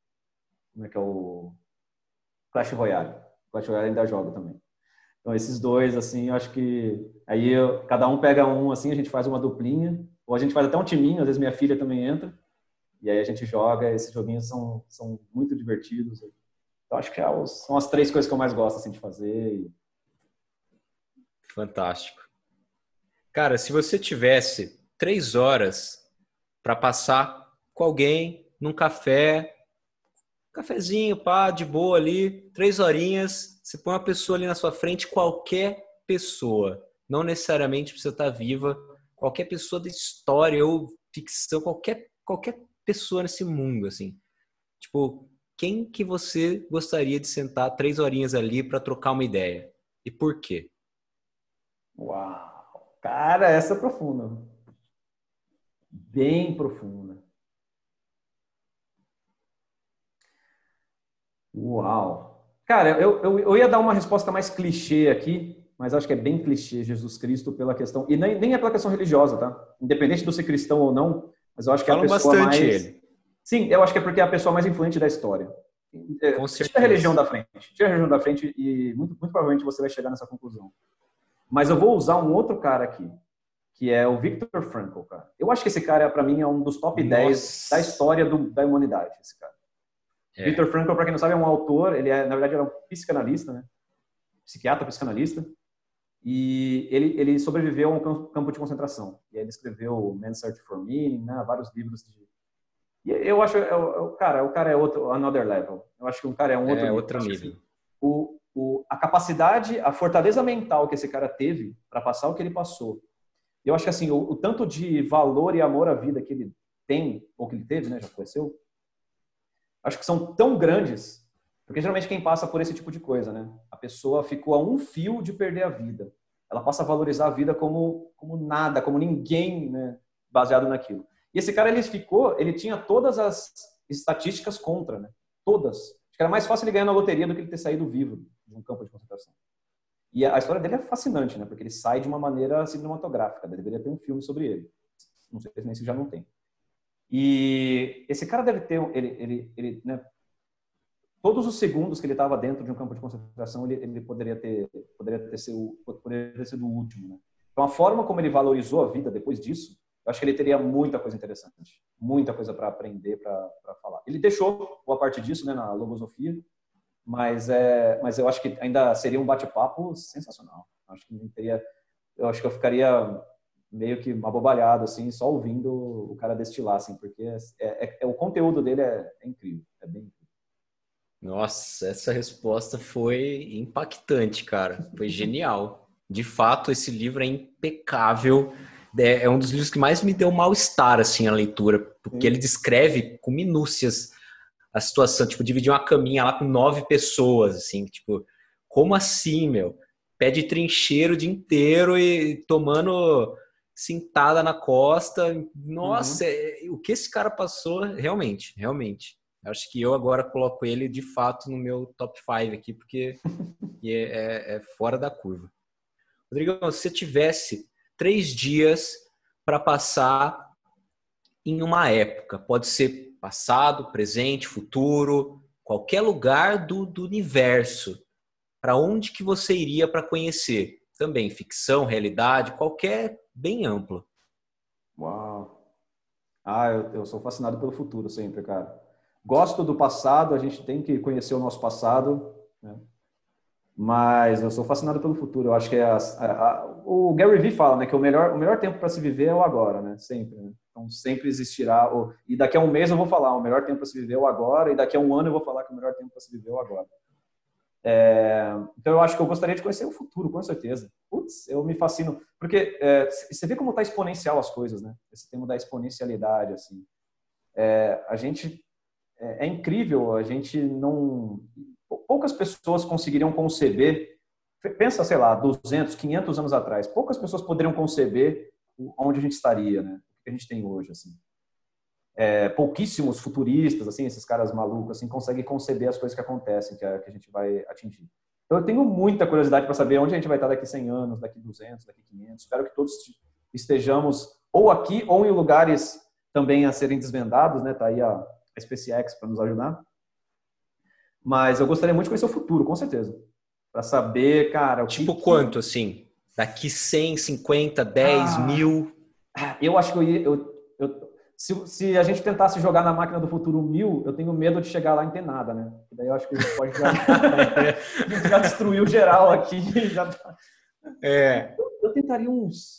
Clash Royale. Clash Royale ainda joga também. Então, esses dois, assim, eu acho que aí cada um pega um, assim, a gente faz uma duplinha, ou a gente faz até um timinho, às vezes minha filha também entra, e aí a gente joga, esses joguinhos são muito divertidos. Então, acho que são as 3 coisas que eu mais gosto, assim, de fazer. Fantástico. Cara, se você tivesse 3 horas para passar com alguém num cafezinho, pá, de boa ali, 3 horinhas, você põe uma pessoa ali na sua frente, qualquer pessoa, não necessariamente precisa estar viva, qualquer pessoa da história ou ficção, qualquer pessoa nesse mundo, assim. Tipo, quem que você gostaria de sentar 3 horinhas ali para trocar uma ideia? E por quê? Uau! Cara, essa é profunda. Bem profunda. Uau! Cara, eu ia dar uma resposta mais clichê aqui, mas acho que é bem clichê Jesus Cristo pela questão, e nem é pela questão religiosa, tá? Independente de eu ser cristão ou não, mas eu acho que é a pessoa bastante mais... ele. Sim, eu acho que é porque é a pessoa mais influente da história. Com certeza. Tira a religião da frente. Tira a religião da frente e muito provavelmente você vai chegar nessa conclusão. Mas eu vou usar um outro cara aqui, que é o Viktor Frankl, cara. Eu acho que esse cara, para mim, é um dos top 10 da história da humanidade, esse cara. Viktor Frankl, para quem não sabe, é um autor, na verdade, era um psicanalista, né? Psiquiatra, psicanalista. E ele sobreviveu a um campo de concentração. E aí ele escreveu Man's Search for Meaning, né? Vários livros de... E eu acho, o cara é outro, another level. Eu acho que um cara é um outro nível. A capacidade, a fortaleza mental que esse cara teve para passar o que ele passou. Eu acho que assim, o tanto de valor e amor à vida que ele tem, ou que ele teve, né, já conheceu, acho que são tão grandes, porque geralmente quem passa por esse tipo de coisa, né? A pessoa ficou a um fio de perder a vida. Ela passa a valorizar a vida como nada, como ninguém, né? Baseado naquilo. E esse cara, ele tinha todas as estatísticas contra, né? Todas. Acho que era mais fácil ele ganhar na loteria do que ele ter saído vivo de um campo de concentração. E a história dele é fascinante, né? Porque ele sai de uma maneira cinematográfica. Deveria ter um filme sobre ele. Não sei nem se já não tem. E esse cara deve ter, né? Todos os segundos que ele estava dentro de um campo de concentração, ele poderia ter sido o último, né? Então, a forma como ele valorizou a vida depois disso, eu acho que ele teria muita coisa interessante, muita coisa para aprender, para falar. Ele deixou boa parte disso, né, na logosofia, mas eu acho que ainda seria um bate-papo sensacional. Eu acho que eu ficaria meio que abobalhado, assim, só ouvindo o cara destilar, assim, porque o conteúdo dele é incrível, é bem incrível. Nossa, essa resposta foi impactante, cara. Foi genial. De fato, esse livro é impecável. É um dos livros que mais me deu mal-estar, assim, a leitura, porque ele descreve com minúcias a situação, tipo, dividir uma caminha lá com 9 pessoas, assim, tipo, como assim, meu? Pé de trincheiro o dia inteiro e tomando cintada na costa. Nossa, o que esse cara passou, realmente. Acho que eu agora coloco ele, de fato, no meu top 5 aqui, porque é fora da curva. Rodrigão, se você tivesse 3 dias para passar em uma época, pode ser passado, presente, futuro, qualquer lugar do universo, para onde que você iria para conhecer? Também ficção, realidade, qualquer, bem amplo. Uau! Eu sou fascinado pelo futuro sempre, cara. Gosto do passado, a gente tem que conhecer o nosso passado, né? Mas eu sou fascinado pelo futuro. Eu acho que o Gary Vee fala, né, que o melhor tempo para se viver é o agora, né? Sempre, né? Então sempre existirá. E daqui a um mês eu vou falar, o melhor tempo para se viver é o agora. E daqui a um ano eu vou falar que o melhor tempo para se viver é o agora. Então eu acho que eu gostaria de conhecer o futuro, com certeza. Putz, eu me fascino. Porque você vê como está exponencial as coisas, né? Esse tema da exponencialidade, assim. A gente... É incrível, a gente não... Poucas pessoas conseguiriam conceber, pensa, sei lá, 200, 500 anos atrás, poucas pessoas poderiam conceber onde a gente estaria, né? O que a gente tem hoje, assim. Pouquíssimos futuristas, assim, esses caras malucos, assim, conseguem conceber as coisas que acontecem, que a gente vai atingir. Então, eu tenho muita curiosidade para saber onde a gente vai estar daqui 100 anos, daqui 200, daqui 500. Espero que todos estejamos ou aqui ou em lugares também a serem desvendados, né? Tá aí a SpaceX para nos ajudar. Mas eu gostaria muito de conhecer o futuro, com certeza. Para saber, cara... Quanto, assim? Daqui 100, 50, 10, 1000? Eu acho que se a gente tentasse jogar na máquina do futuro 1000, eu tenho medo de chegar lá e não ter nada, né? E daí eu acho que a gente pode a gente já destruiu geral aqui. Eu tentaria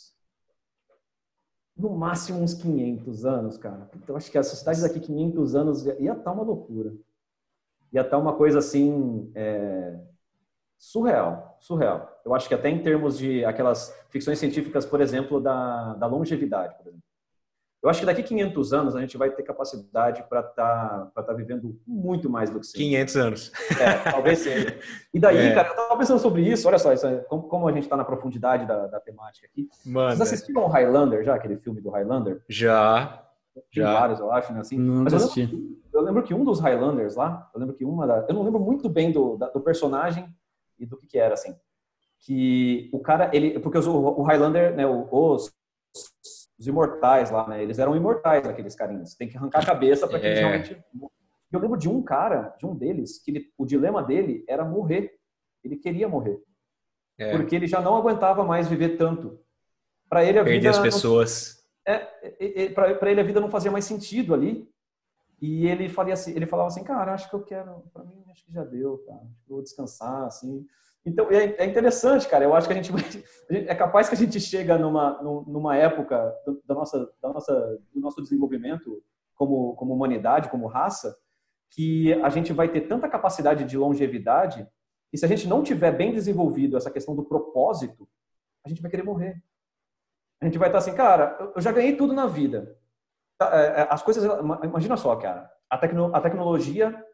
no máximo uns 500 anos, cara. Então, acho que a sociedade daqui 500 anos ia estar uma loucura. Ia estar uma coisa assim, surreal. Eu acho que até em termos de aquelas ficções científicas, por exemplo, da longevidade, por exemplo. Eu acho que daqui 500 anos a gente vai ter capacidade para tá vivendo muito mais do que 500 anos. Talvez seja. E daí, cara, eu estava pensando sobre isso, olha só, como a gente está na profundidade da temática aqui. Mano, vocês assistiram o Highlander já, aquele filme do Highlander? Já. Tem vários, eu acho, né? Assim. Não assisti. Eu lembro que um dos Highlanders lá, eu não lembro muito bem do personagem e do que era, assim. Que o cara, porque o Highlander, né, os imortais lá, né, eles eram imortais, aqueles carinhas. Tem que arrancar a cabeça para que eles realmente... Eu lembro de um deles, que o dilema dele era morrer. Ele queria morrer. Porque ele já não aguentava mais viver tanto. Para ele a vida... Perder as pessoas. Para ele a vida não fazia mais sentido ali. E ele falava assim, cara, acho que eu quero, para mim, acho que já deu, cara, acho que eu vou descansar, assim. Então, é interessante, cara, eu acho que é capaz que a gente chega numa época do nosso desenvolvimento como humanidade, como raça, que a gente vai ter tanta capacidade de longevidade, e se a gente não tiver bem desenvolvido essa questão do propósito, a gente vai querer morrer. A gente vai estar assim, cara, eu já ganhei tudo na vida. As coisas, imagina só, cara, a tecnologia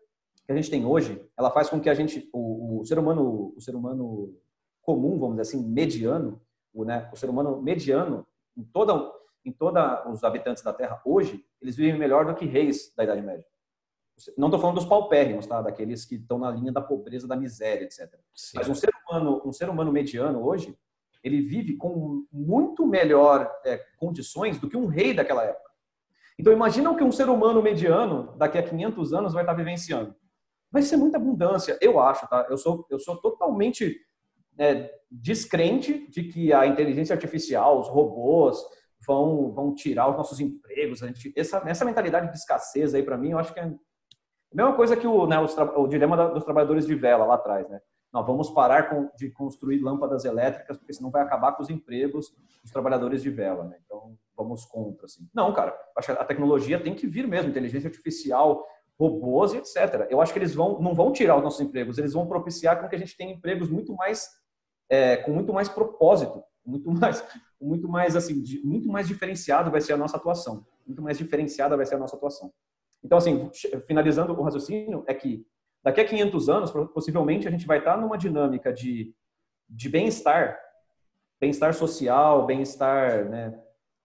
que a gente tem hoje, ela faz com que o ser humano comum, vamos dizer assim, mediano, o ser humano mediano, em toda os habitantes da Terra hoje, eles vivem melhor do que reis da Idade Média. Não estou falando dos paupérrimos, tá? Daqueles que estão na linha da pobreza, da miséria, etc. Sim. Mas um ser humano mediano hoje, ele vive com muito melhor condições do que um rei daquela época. Então imagina o que um ser humano mediano daqui a 500 anos vai estar vivenciando. Vai ser muita abundância, eu acho, tá? Eu sou totalmente descrente de que a inteligência artificial, os robôs vão tirar os nossos empregos. Essa mentalidade de escassez aí, para mim, eu acho que é a mesma coisa que o dilema dos trabalhadores de vela lá atrás, né? Nós vamos parar de construir lâmpadas elétricas, porque senão vai acabar com os empregos dos trabalhadores de vela, né? Então, vamos contra, assim. Não, cara, acho que a tecnologia tem que vir mesmo, inteligência artificial, robôs e etc. Eu acho que eles não vão tirar os nossos empregos, eles vão propiciar com que a gente tenha empregos muito mais, com muito mais propósito, muito mais diferenciado vai ser a nossa atuação. Muito mais diferenciada vai ser a nossa atuação. Então, assim, finalizando o raciocínio, é que daqui a 500 anos, possivelmente, a gente vai estar numa dinâmica de bem-estar social, bem-estar, né?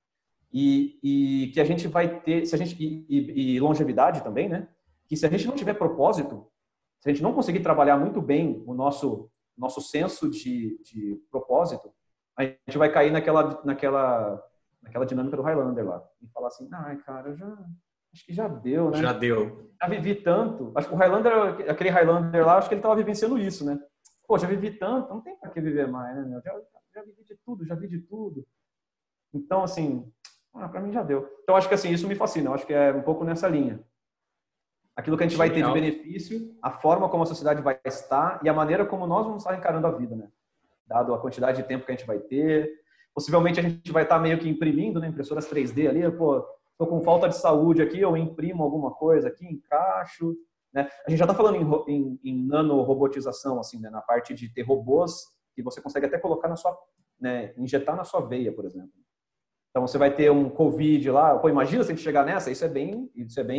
E que a gente vai ter, e longevidade também, né? Que se a gente não tiver propósito, se a gente não conseguir trabalhar muito bem o nosso senso de propósito, a gente vai cair naquela dinâmica do Highlander lá. E falar assim, ai, cara, acho que já deu, né? Já deu. Já vivi tanto. Acho que o Highlander, aquele Highlander lá, acho que ele estava vivenciando isso, né? Pô, já vivi tanto, não tem para que viver mais, né, meu? Já vivi de tudo, já vi de tudo. Então, assim, para mim já deu. Então, acho que assim, isso me fascina. Eu acho que é um pouco nessa linha. Aquilo que a gente vai ter de benefício, a forma como a sociedade vai estar e a maneira como nós vamos estar encarando a vida, né? Dado a quantidade de tempo que a gente vai ter. Possivelmente a gente vai estar meio que imprimindo, né? Impressoras 3D ali, pô, estou com falta de saúde aqui, eu imprimo alguma coisa aqui, encaixo, né? A gente já está falando em nanorobotização, assim, né? Na parte de ter robôs que você consegue até colocar na sua, né? Injetar na sua veia, por exemplo. Então você vai ter um Covid lá, pô, imagina se a gente chegar nessa, isso é bem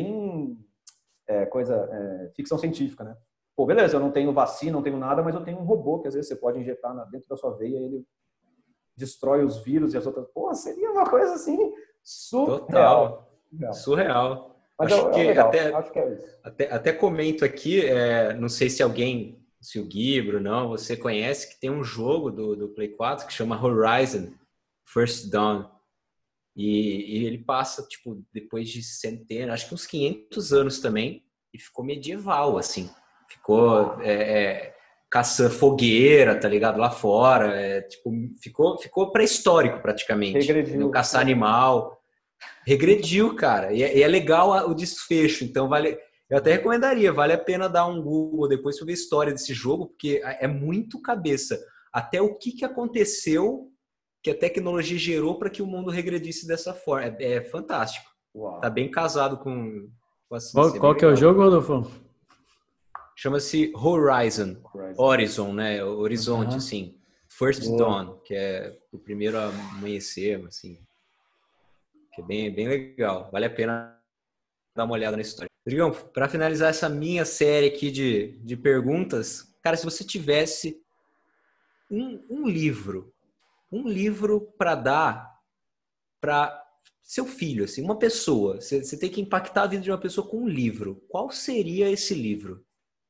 ficção científica, né? Pô, beleza, eu não tenho vacina, não tenho nada, mas eu tenho um robô que às vezes você pode injetar dentro da sua veia e ele destrói os vírus e as outras. Pô, seria uma coisa assim surreal. Total. Surreal. Mas acho que acho que é isso. Até comento aqui, não sei se o Gui, Brunão, você conhece, que tem um jogo do Play 4 que chama Horizon First Dawn. E ele passa, tipo, depois de centenas, acho que uns 500 anos também, e ficou medieval, assim. Ficou caçando fogueira, tá ligado? Lá fora. Ficou pré-histórico, praticamente. Regrediu. Caçar animal. Regrediu, cara. E é legal o desfecho. Então, eu até recomendaria, vale a pena dar um Google depois pra ver a história desse jogo, porque é muito cabeça. Até o que aconteceu que a tecnologia gerou para que o mundo regredisse dessa forma. É fantástico. Uau. Tá bem casado com a ciência. Qual que é o jogo, Rodolfo? Chama-se Horizon, né? Horizonte, assim. First Dawn, que é o primeiro amanhecer, assim. Que é bem legal. Vale a pena dar uma olhada na história. Rodrigão, para finalizar essa minha série aqui de perguntas, cara, se você tivesse um livro para dar para seu filho, assim, uma pessoa, você tem que impactar a vida de uma pessoa com um livro. Qual seria esse livro?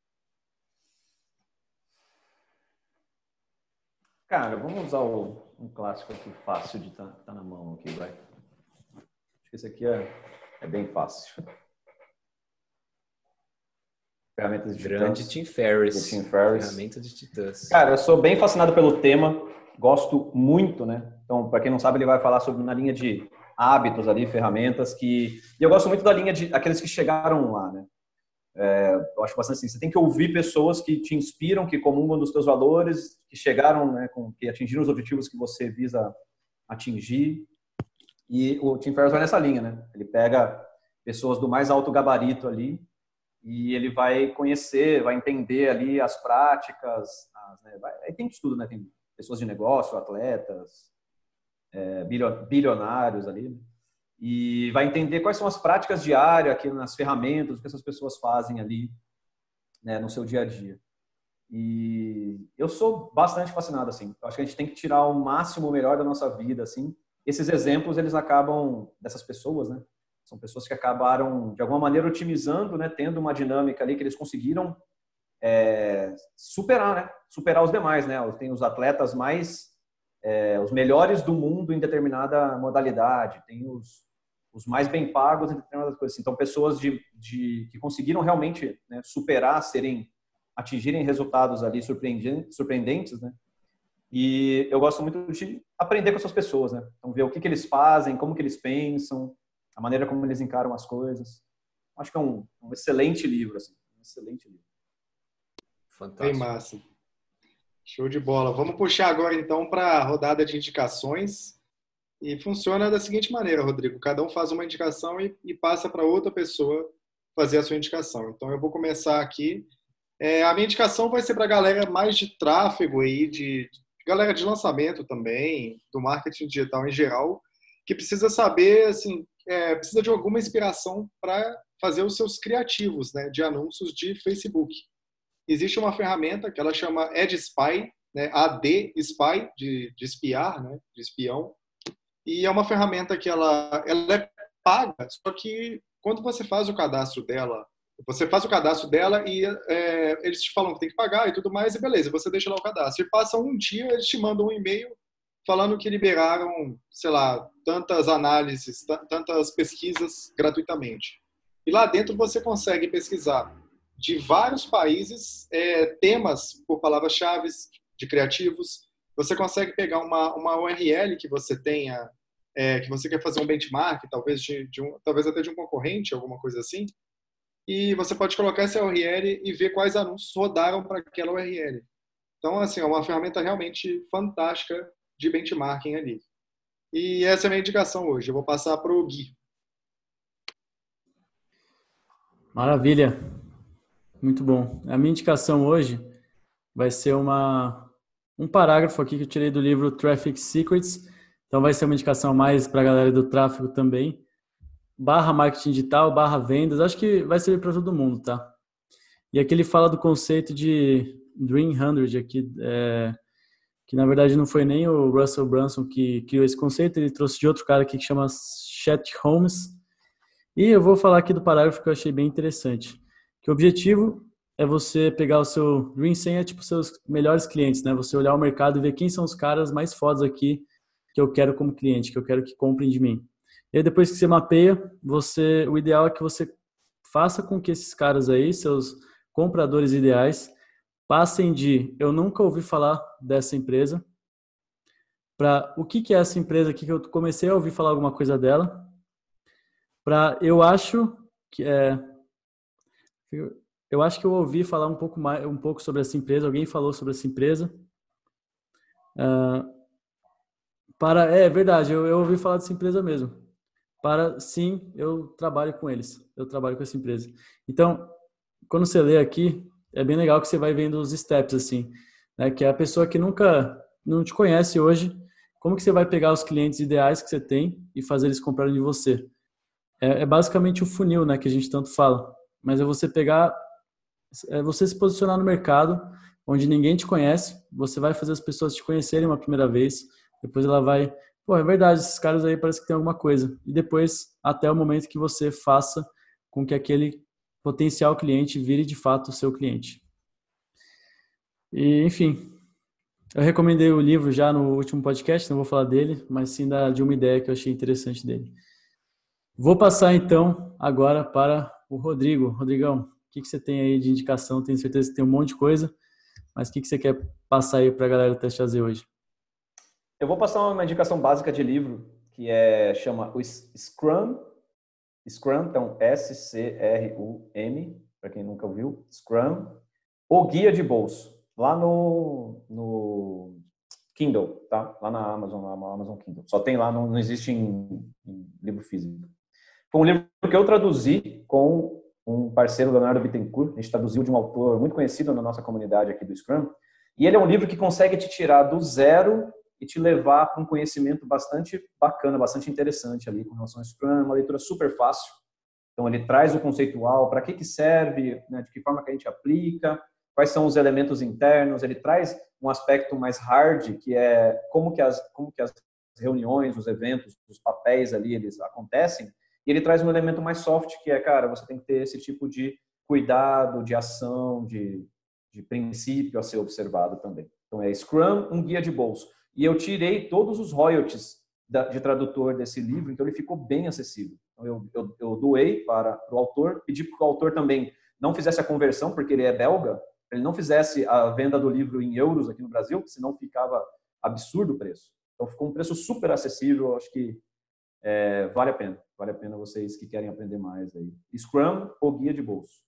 Cara, vamos usar um clássico aqui, fácil de tá na mão aqui, vai. Acho que esse aqui é bem fácil. Ferramentas de Grande Tim Ferriss. Ferramentas de Titãs. Cara, eu sou bem fascinado pelo tema, gosto muito, né? Então, para quem não sabe, ele vai falar sobre na linha de hábitos ali, ferramentas e eu gosto muito da linha de aqueles que chegaram lá, né? Eu acho bastante assim, você tem que ouvir pessoas que te inspiram, que comungam dos teus valores, que chegaram, né, que atingiram os objetivos que você visa atingir. E o Tim Ferriss vai nessa linha, né? Ele pega pessoas do mais alto gabarito ali e ele vai conhecer, vai entender ali as práticas, aí tem de tudo, né? Tem pessoas de negócio, atletas, bilionários ali, e vai entender quais são as práticas diárias aqui nas ferramentas, o que essas pessoas fazem ali né, no seu dia a dia. E eu sou bastante fascinado, assim. Eu acho que a gente tem que tirar o máximo, o melhor da nossa vida, assim. Esses exemplos, eles acabam, dessas pessoas, né? São pessoas que acabaram, de alguma maneira, otimizando, né? Tendo uma dinâmica ali que eles conseguiram superar, né? Superar os demais, né? Tem os atletas os melhores do mundo em determinada modalidade, tem os mais bem pagos em determinadas coisas. Então, pessoas que conseguiram realmente, né, superar, atingirem resultados ali surpreendentes, né? E eu gosto muito de aprender com essas pessoas, né? Então, ver o que eles fazem, como que eles pensam, a maneira como eles encaram as coisas. Acho que é um excelente livro, assim. Um excelente livro. Fantástico. Bem massa. Show de bola. Vamos puxar agora, então, para a rodada de indicações. E funciona da seguinte maneira, Rodrigo. Cada um faz uma indicação e passa para outra pessoa fazer a sua indicação. Então, eu vou começar aqui. A minha indicação vai ser para a galera mais de tráfego aí, de galera de lançamento também, do marketing digital em geral, que precisa saber, assim, precisa de alguma inspiração para fazer os seus criativos, né, de anúncios de Facebook. Existe uma ferramenta que ela chama AdSpy, né, AD Spy, de espiar, né, de espião, e é uma ferramenta que ela é paga, só que quando você faz o cadastro dela e eles te falam que tem que pagar e tudo mais, e beleza, você deixa lá o cadastro. E passa um dia, eles te mandam um e-mail falando que liberaram, sei lá, tantas análises, tantas pesquisas gratuitamente. E lá dentro você consegue pesquisar de vários países temas por palavras-chave de criativos. Você consegue pegar uma URL que você tenha, que você quer fazer um benchmark, talvez até de um concorrente, alguma coisa assim, e você pode colocar essa URL e ver quais anúncios rodaram para aquela URL. Então, assim, é uma ferramenta realmente fantástica de benchmarking ali. E essa é a minha indicação hoje. Eu vou passar para o Gui. Maravilha. Muito bom. A minha indicação hoje vai ser um parágrafo aqui que eu tirei do livro Traffic Secrets. Então, vai ser uma indicação mais para a galera do tráfego também. /marketing digital, /vendas, acho que vai servir para todo mundo, tá? E aqui ele fala do conceito de Dream 100 aqui, que na verdade não foi nem o Russell Brunson que criou esse conceito, ele trouxe de outro cara aqui que chama Chet Holmes. E eu vou falar aqui do parágrafo que eu achei bem interessante, que o objetivo é você pegar o seu Dream 100, tipo seus melhores clientes, né? Você olhar o mercado e ver quem são os caras mais fodas aqui que eu quero como cliente, que eu quero que comprem de mim. E aí depois que você mapeia, o ideal é que você faça com que esses caras aí, seus compradores ideais, passem de eu nunca ouvi falar dessa empresa para o que é essa empresa aqui que eu comecei a ouvir falar alguma coisa dela, para eu acho que eu ouvi falar um pouco sobre essa empresa, alguém falou sobre essa empresa. É verdade, eu ouvi falar dessa empresa mesmo. Sim, eu trabalho com eles, eu trabalho com essa empresa. Então, quando você lê aqui, é bem legal que você vai vendo os steps, assim, né? Que é a pessoa que nunca não te conhece hoje, como que você vai pegar os clientes ideais que você tem e fazer eles comprarem de você? É basicamente o funil, né, que a gente tanto fala, mas é você você se posicionar no mercado onde ninguém te conhece, você vai fazer as pessoas te conhecerem uma primeira vez, depois ela vai... Pô, é verdade, esses caras aí parece que tem alguma coisa. E depois, até o momento que você faça com que aquele potencial cliente vire de fato o seu cliente. E, enfim, eu recomendei o livro já no último podcast, não vou falar dele, mas sim de uma ideia que eu achei interessante dele. Vou passar então agora para o Rodrigo. Rodrigão, o que você tem aí de indicação? Tenho certeza que tem um monte de coisa, mas o que você quer passar aí para a galera do Teste fazer hoje? Eu vou passar uma indicação básica de livro, que chama o Scrum, então S-C-R-U-M, para quem nunca ouviu, Scrum, o Guia de Bolso, lá no Kindle, tá? Lá na Amazon Kindle. Só tem lá, não existe em livro físico. Foi um livro que eu traduzi com um parceiro, Leonardo Bittencourt. A gente traduziu de um autor muito conhecido na nossa comunidade aqui do Scrum. E ele é um livro que consegue te tirar do zero e te levar para um conhecimento bastante bacana, bastante interessante ali com relação ao Scrum, uma leitura super fácil. Então, ele traz o conceitual, para que serve, né, de que forma que a gente aplica, quais são os elementos internos. Ele traz um aspecto mais hard, que é como que as reuniões, os eventos, os papéis ali, eles acontecem. E ele traz um elemento mais soft, que é, cara, você tem que ter esse tipo de cuidado, de ação, de princípio a ser observado também. Então, é Scrum, um guia de bolso. E eu tirei todos os royalties de tradutor desse livro, então ele ficou bem acessível. Então, eu doei para o autor, pedi para o autor também não fizesse a conversão, porque ele é belga, ele não fizesse a venda do livro em euros aqui no Brasil, senão ficava absurdo o preço. Então, ficou um preço super acessível, acho que vale a pena vocês que querem aprender mais aí. Scrum, o guia de bolso.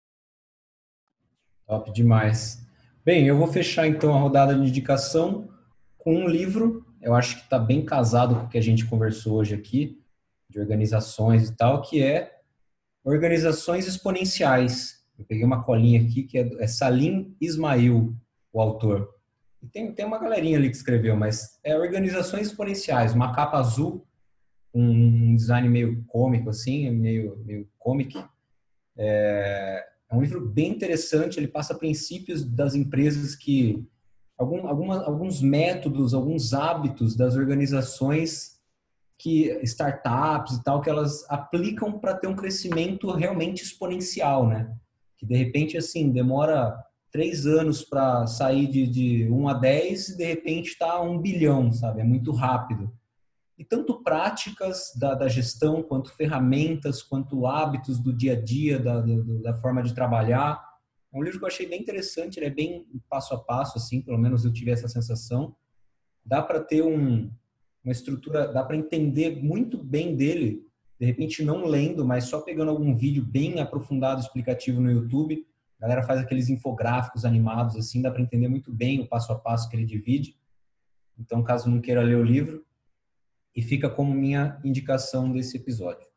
Top demais. Bem, eu vou fechar então a rodada de indicação com um livro, eu acho que está bem casado com o que a gente conversou hoje aqui, de organizações e tal, que é Organizações Exponenciais. Eu peguei uma colinha aqui, que é Salim Ismail, o autor. E tem uma galerinha ali que escreveu, mas é Organizações Exponenciais, uma capa azul, um design meio cômico, assim, meio comic. É um livro bem interessante, ele passa princípios das empresas que... alguns métodos, alguns hábitos das organizações, startups e tal, que elas aplicam para ter um crescimento realmente exponencial, né? Que de repente, assim, demora 3 anos para sair de 1 a 10 e de repente está a 1 bilhão, sabe? É muito rápido. E tanto práticas da gestão, quanto ferramentas, quanto hábitos do dia a dia, da forma de trabalhar. É um livro que eu achei bem interessante, ele é bem passo a passo, assim, pelo menos eu tive essa sensação. Dá para ter uma estrutura, dá para entender muito bem dele, de repente não lendo, mas só pegando algum vídeo bem aprofundado, explicativo no YouTube. A galera faz aqueles infográficos animados, assim, dá para entender muito bem o passo a passo que ele divide. Então, caso não queira ler o livro, e fica como minha indicação desse episódio.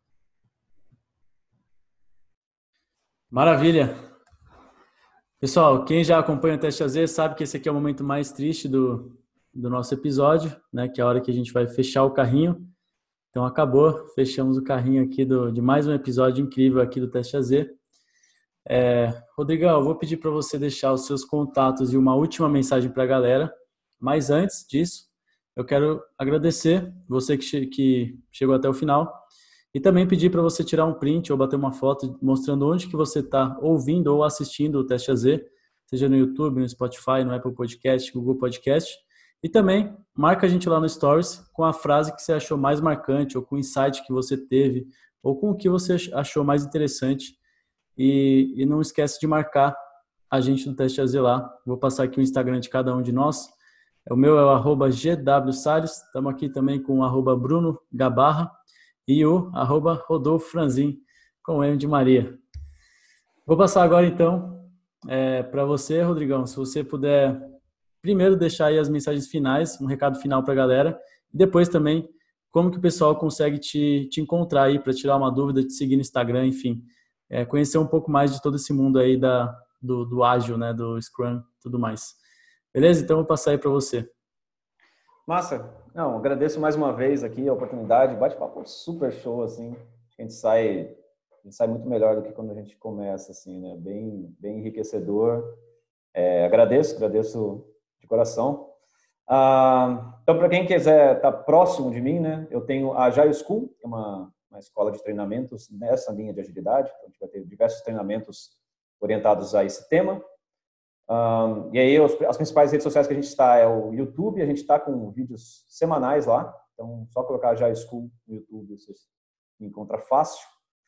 Maravilha! Pessoal, quem já acompanha o Teste AZ sabe que esse aqui é o momento mais triste do nosso episódio, né? Que é a hora que a gente vai fechar o carrinho. Então acabou, fechamos o carrinho aqui de mais um episódio incrível aqui do Teste AZ. Rodrigão, eu vou pedir para você deixar os seus contatos e uma última mensagem para a galera. Mas antes disso, eu quero agradecer você que chegou até o final e também pedir para você tirar um print ou bater uma foto mostrando onde que você está ouvindo ou assistindo o Teste AZ, seja no YouTube, no Spotify, no Apple Podcast, Google Podcast. E também marca a gente lá no Stories com a frase que você achou mais marcante ou com o insight que você teve ou com o que você achou mais interessante. E não esquece de marcar a gente no Teste AZ lá. Vou passar aqui o Instagram de cada um de nós. O meu é o @GWSalles, estamos aqui também com o @BrunoGabarra e o @RodolfoFranzin, com o M de Maria. Vou passar agora então para você, Rodrigão, se você puder primeiro deixar aí as mensagens finais, um recado final para a galera, e depois também como que o pessoal consegue te encontrar aí para tirar uma dúvida, te seguir no Instagram, enfim, conhecer um pouco mais de todo esse mundo aí do ágil, né, do Scrum e tudo mais. Beleza? Então, eu vou passar aí para você. Massa. Não, agradeço mais uma vez aqui a oportunidade. Bate-papo super show, assim. A gente sai muito melhor do que quando a gente começa, assim, né? Bem enriquecedor. Agradeço de coração. Então, para quem quiser estar próximo de mim, né? Eu tenho a Agile School, que é uma escola de treinamentos nessa linha de agilidade. Então, a gente vai ter diversos treinamentos orientados a esse tema. E aí as principais redes sociais que a gente está é o YouTube, a gente está com vídeos semanais lá, então só colocar Agile School no YouTube, você me encontra fácil.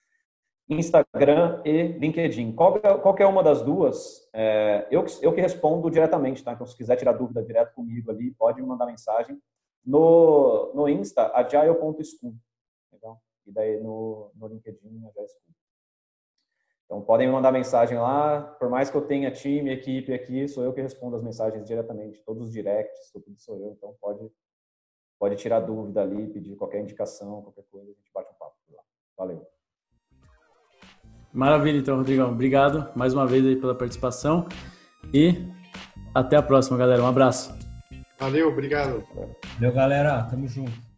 Instagram e LinkedIn. Qualquer uma das duas, eu que respondo diretamente, tá? Então se quiser tirar dúvida direto comigo ali, pode me mandar mensagem. No Insta, agile.school, legal? E daí no LinkedIn, Agile School. Então, podem me mandar mensagem lá, por mais que eu tenha time, equipe aqui, sou eu que respondo as mensagens diretamente, todos os directs, tudo sou eu, então pode tirar dúvida ali, pedir qualquer indicação, qualquer coisa, a gente bate um papo lá. Valeu. Maravilha, então, Rodrigão. Obrigado mais uma vez aí pela participação e até a próxima, galera. Um abraço. Valeu, obrigado. Valeu, galera. Tamo junto.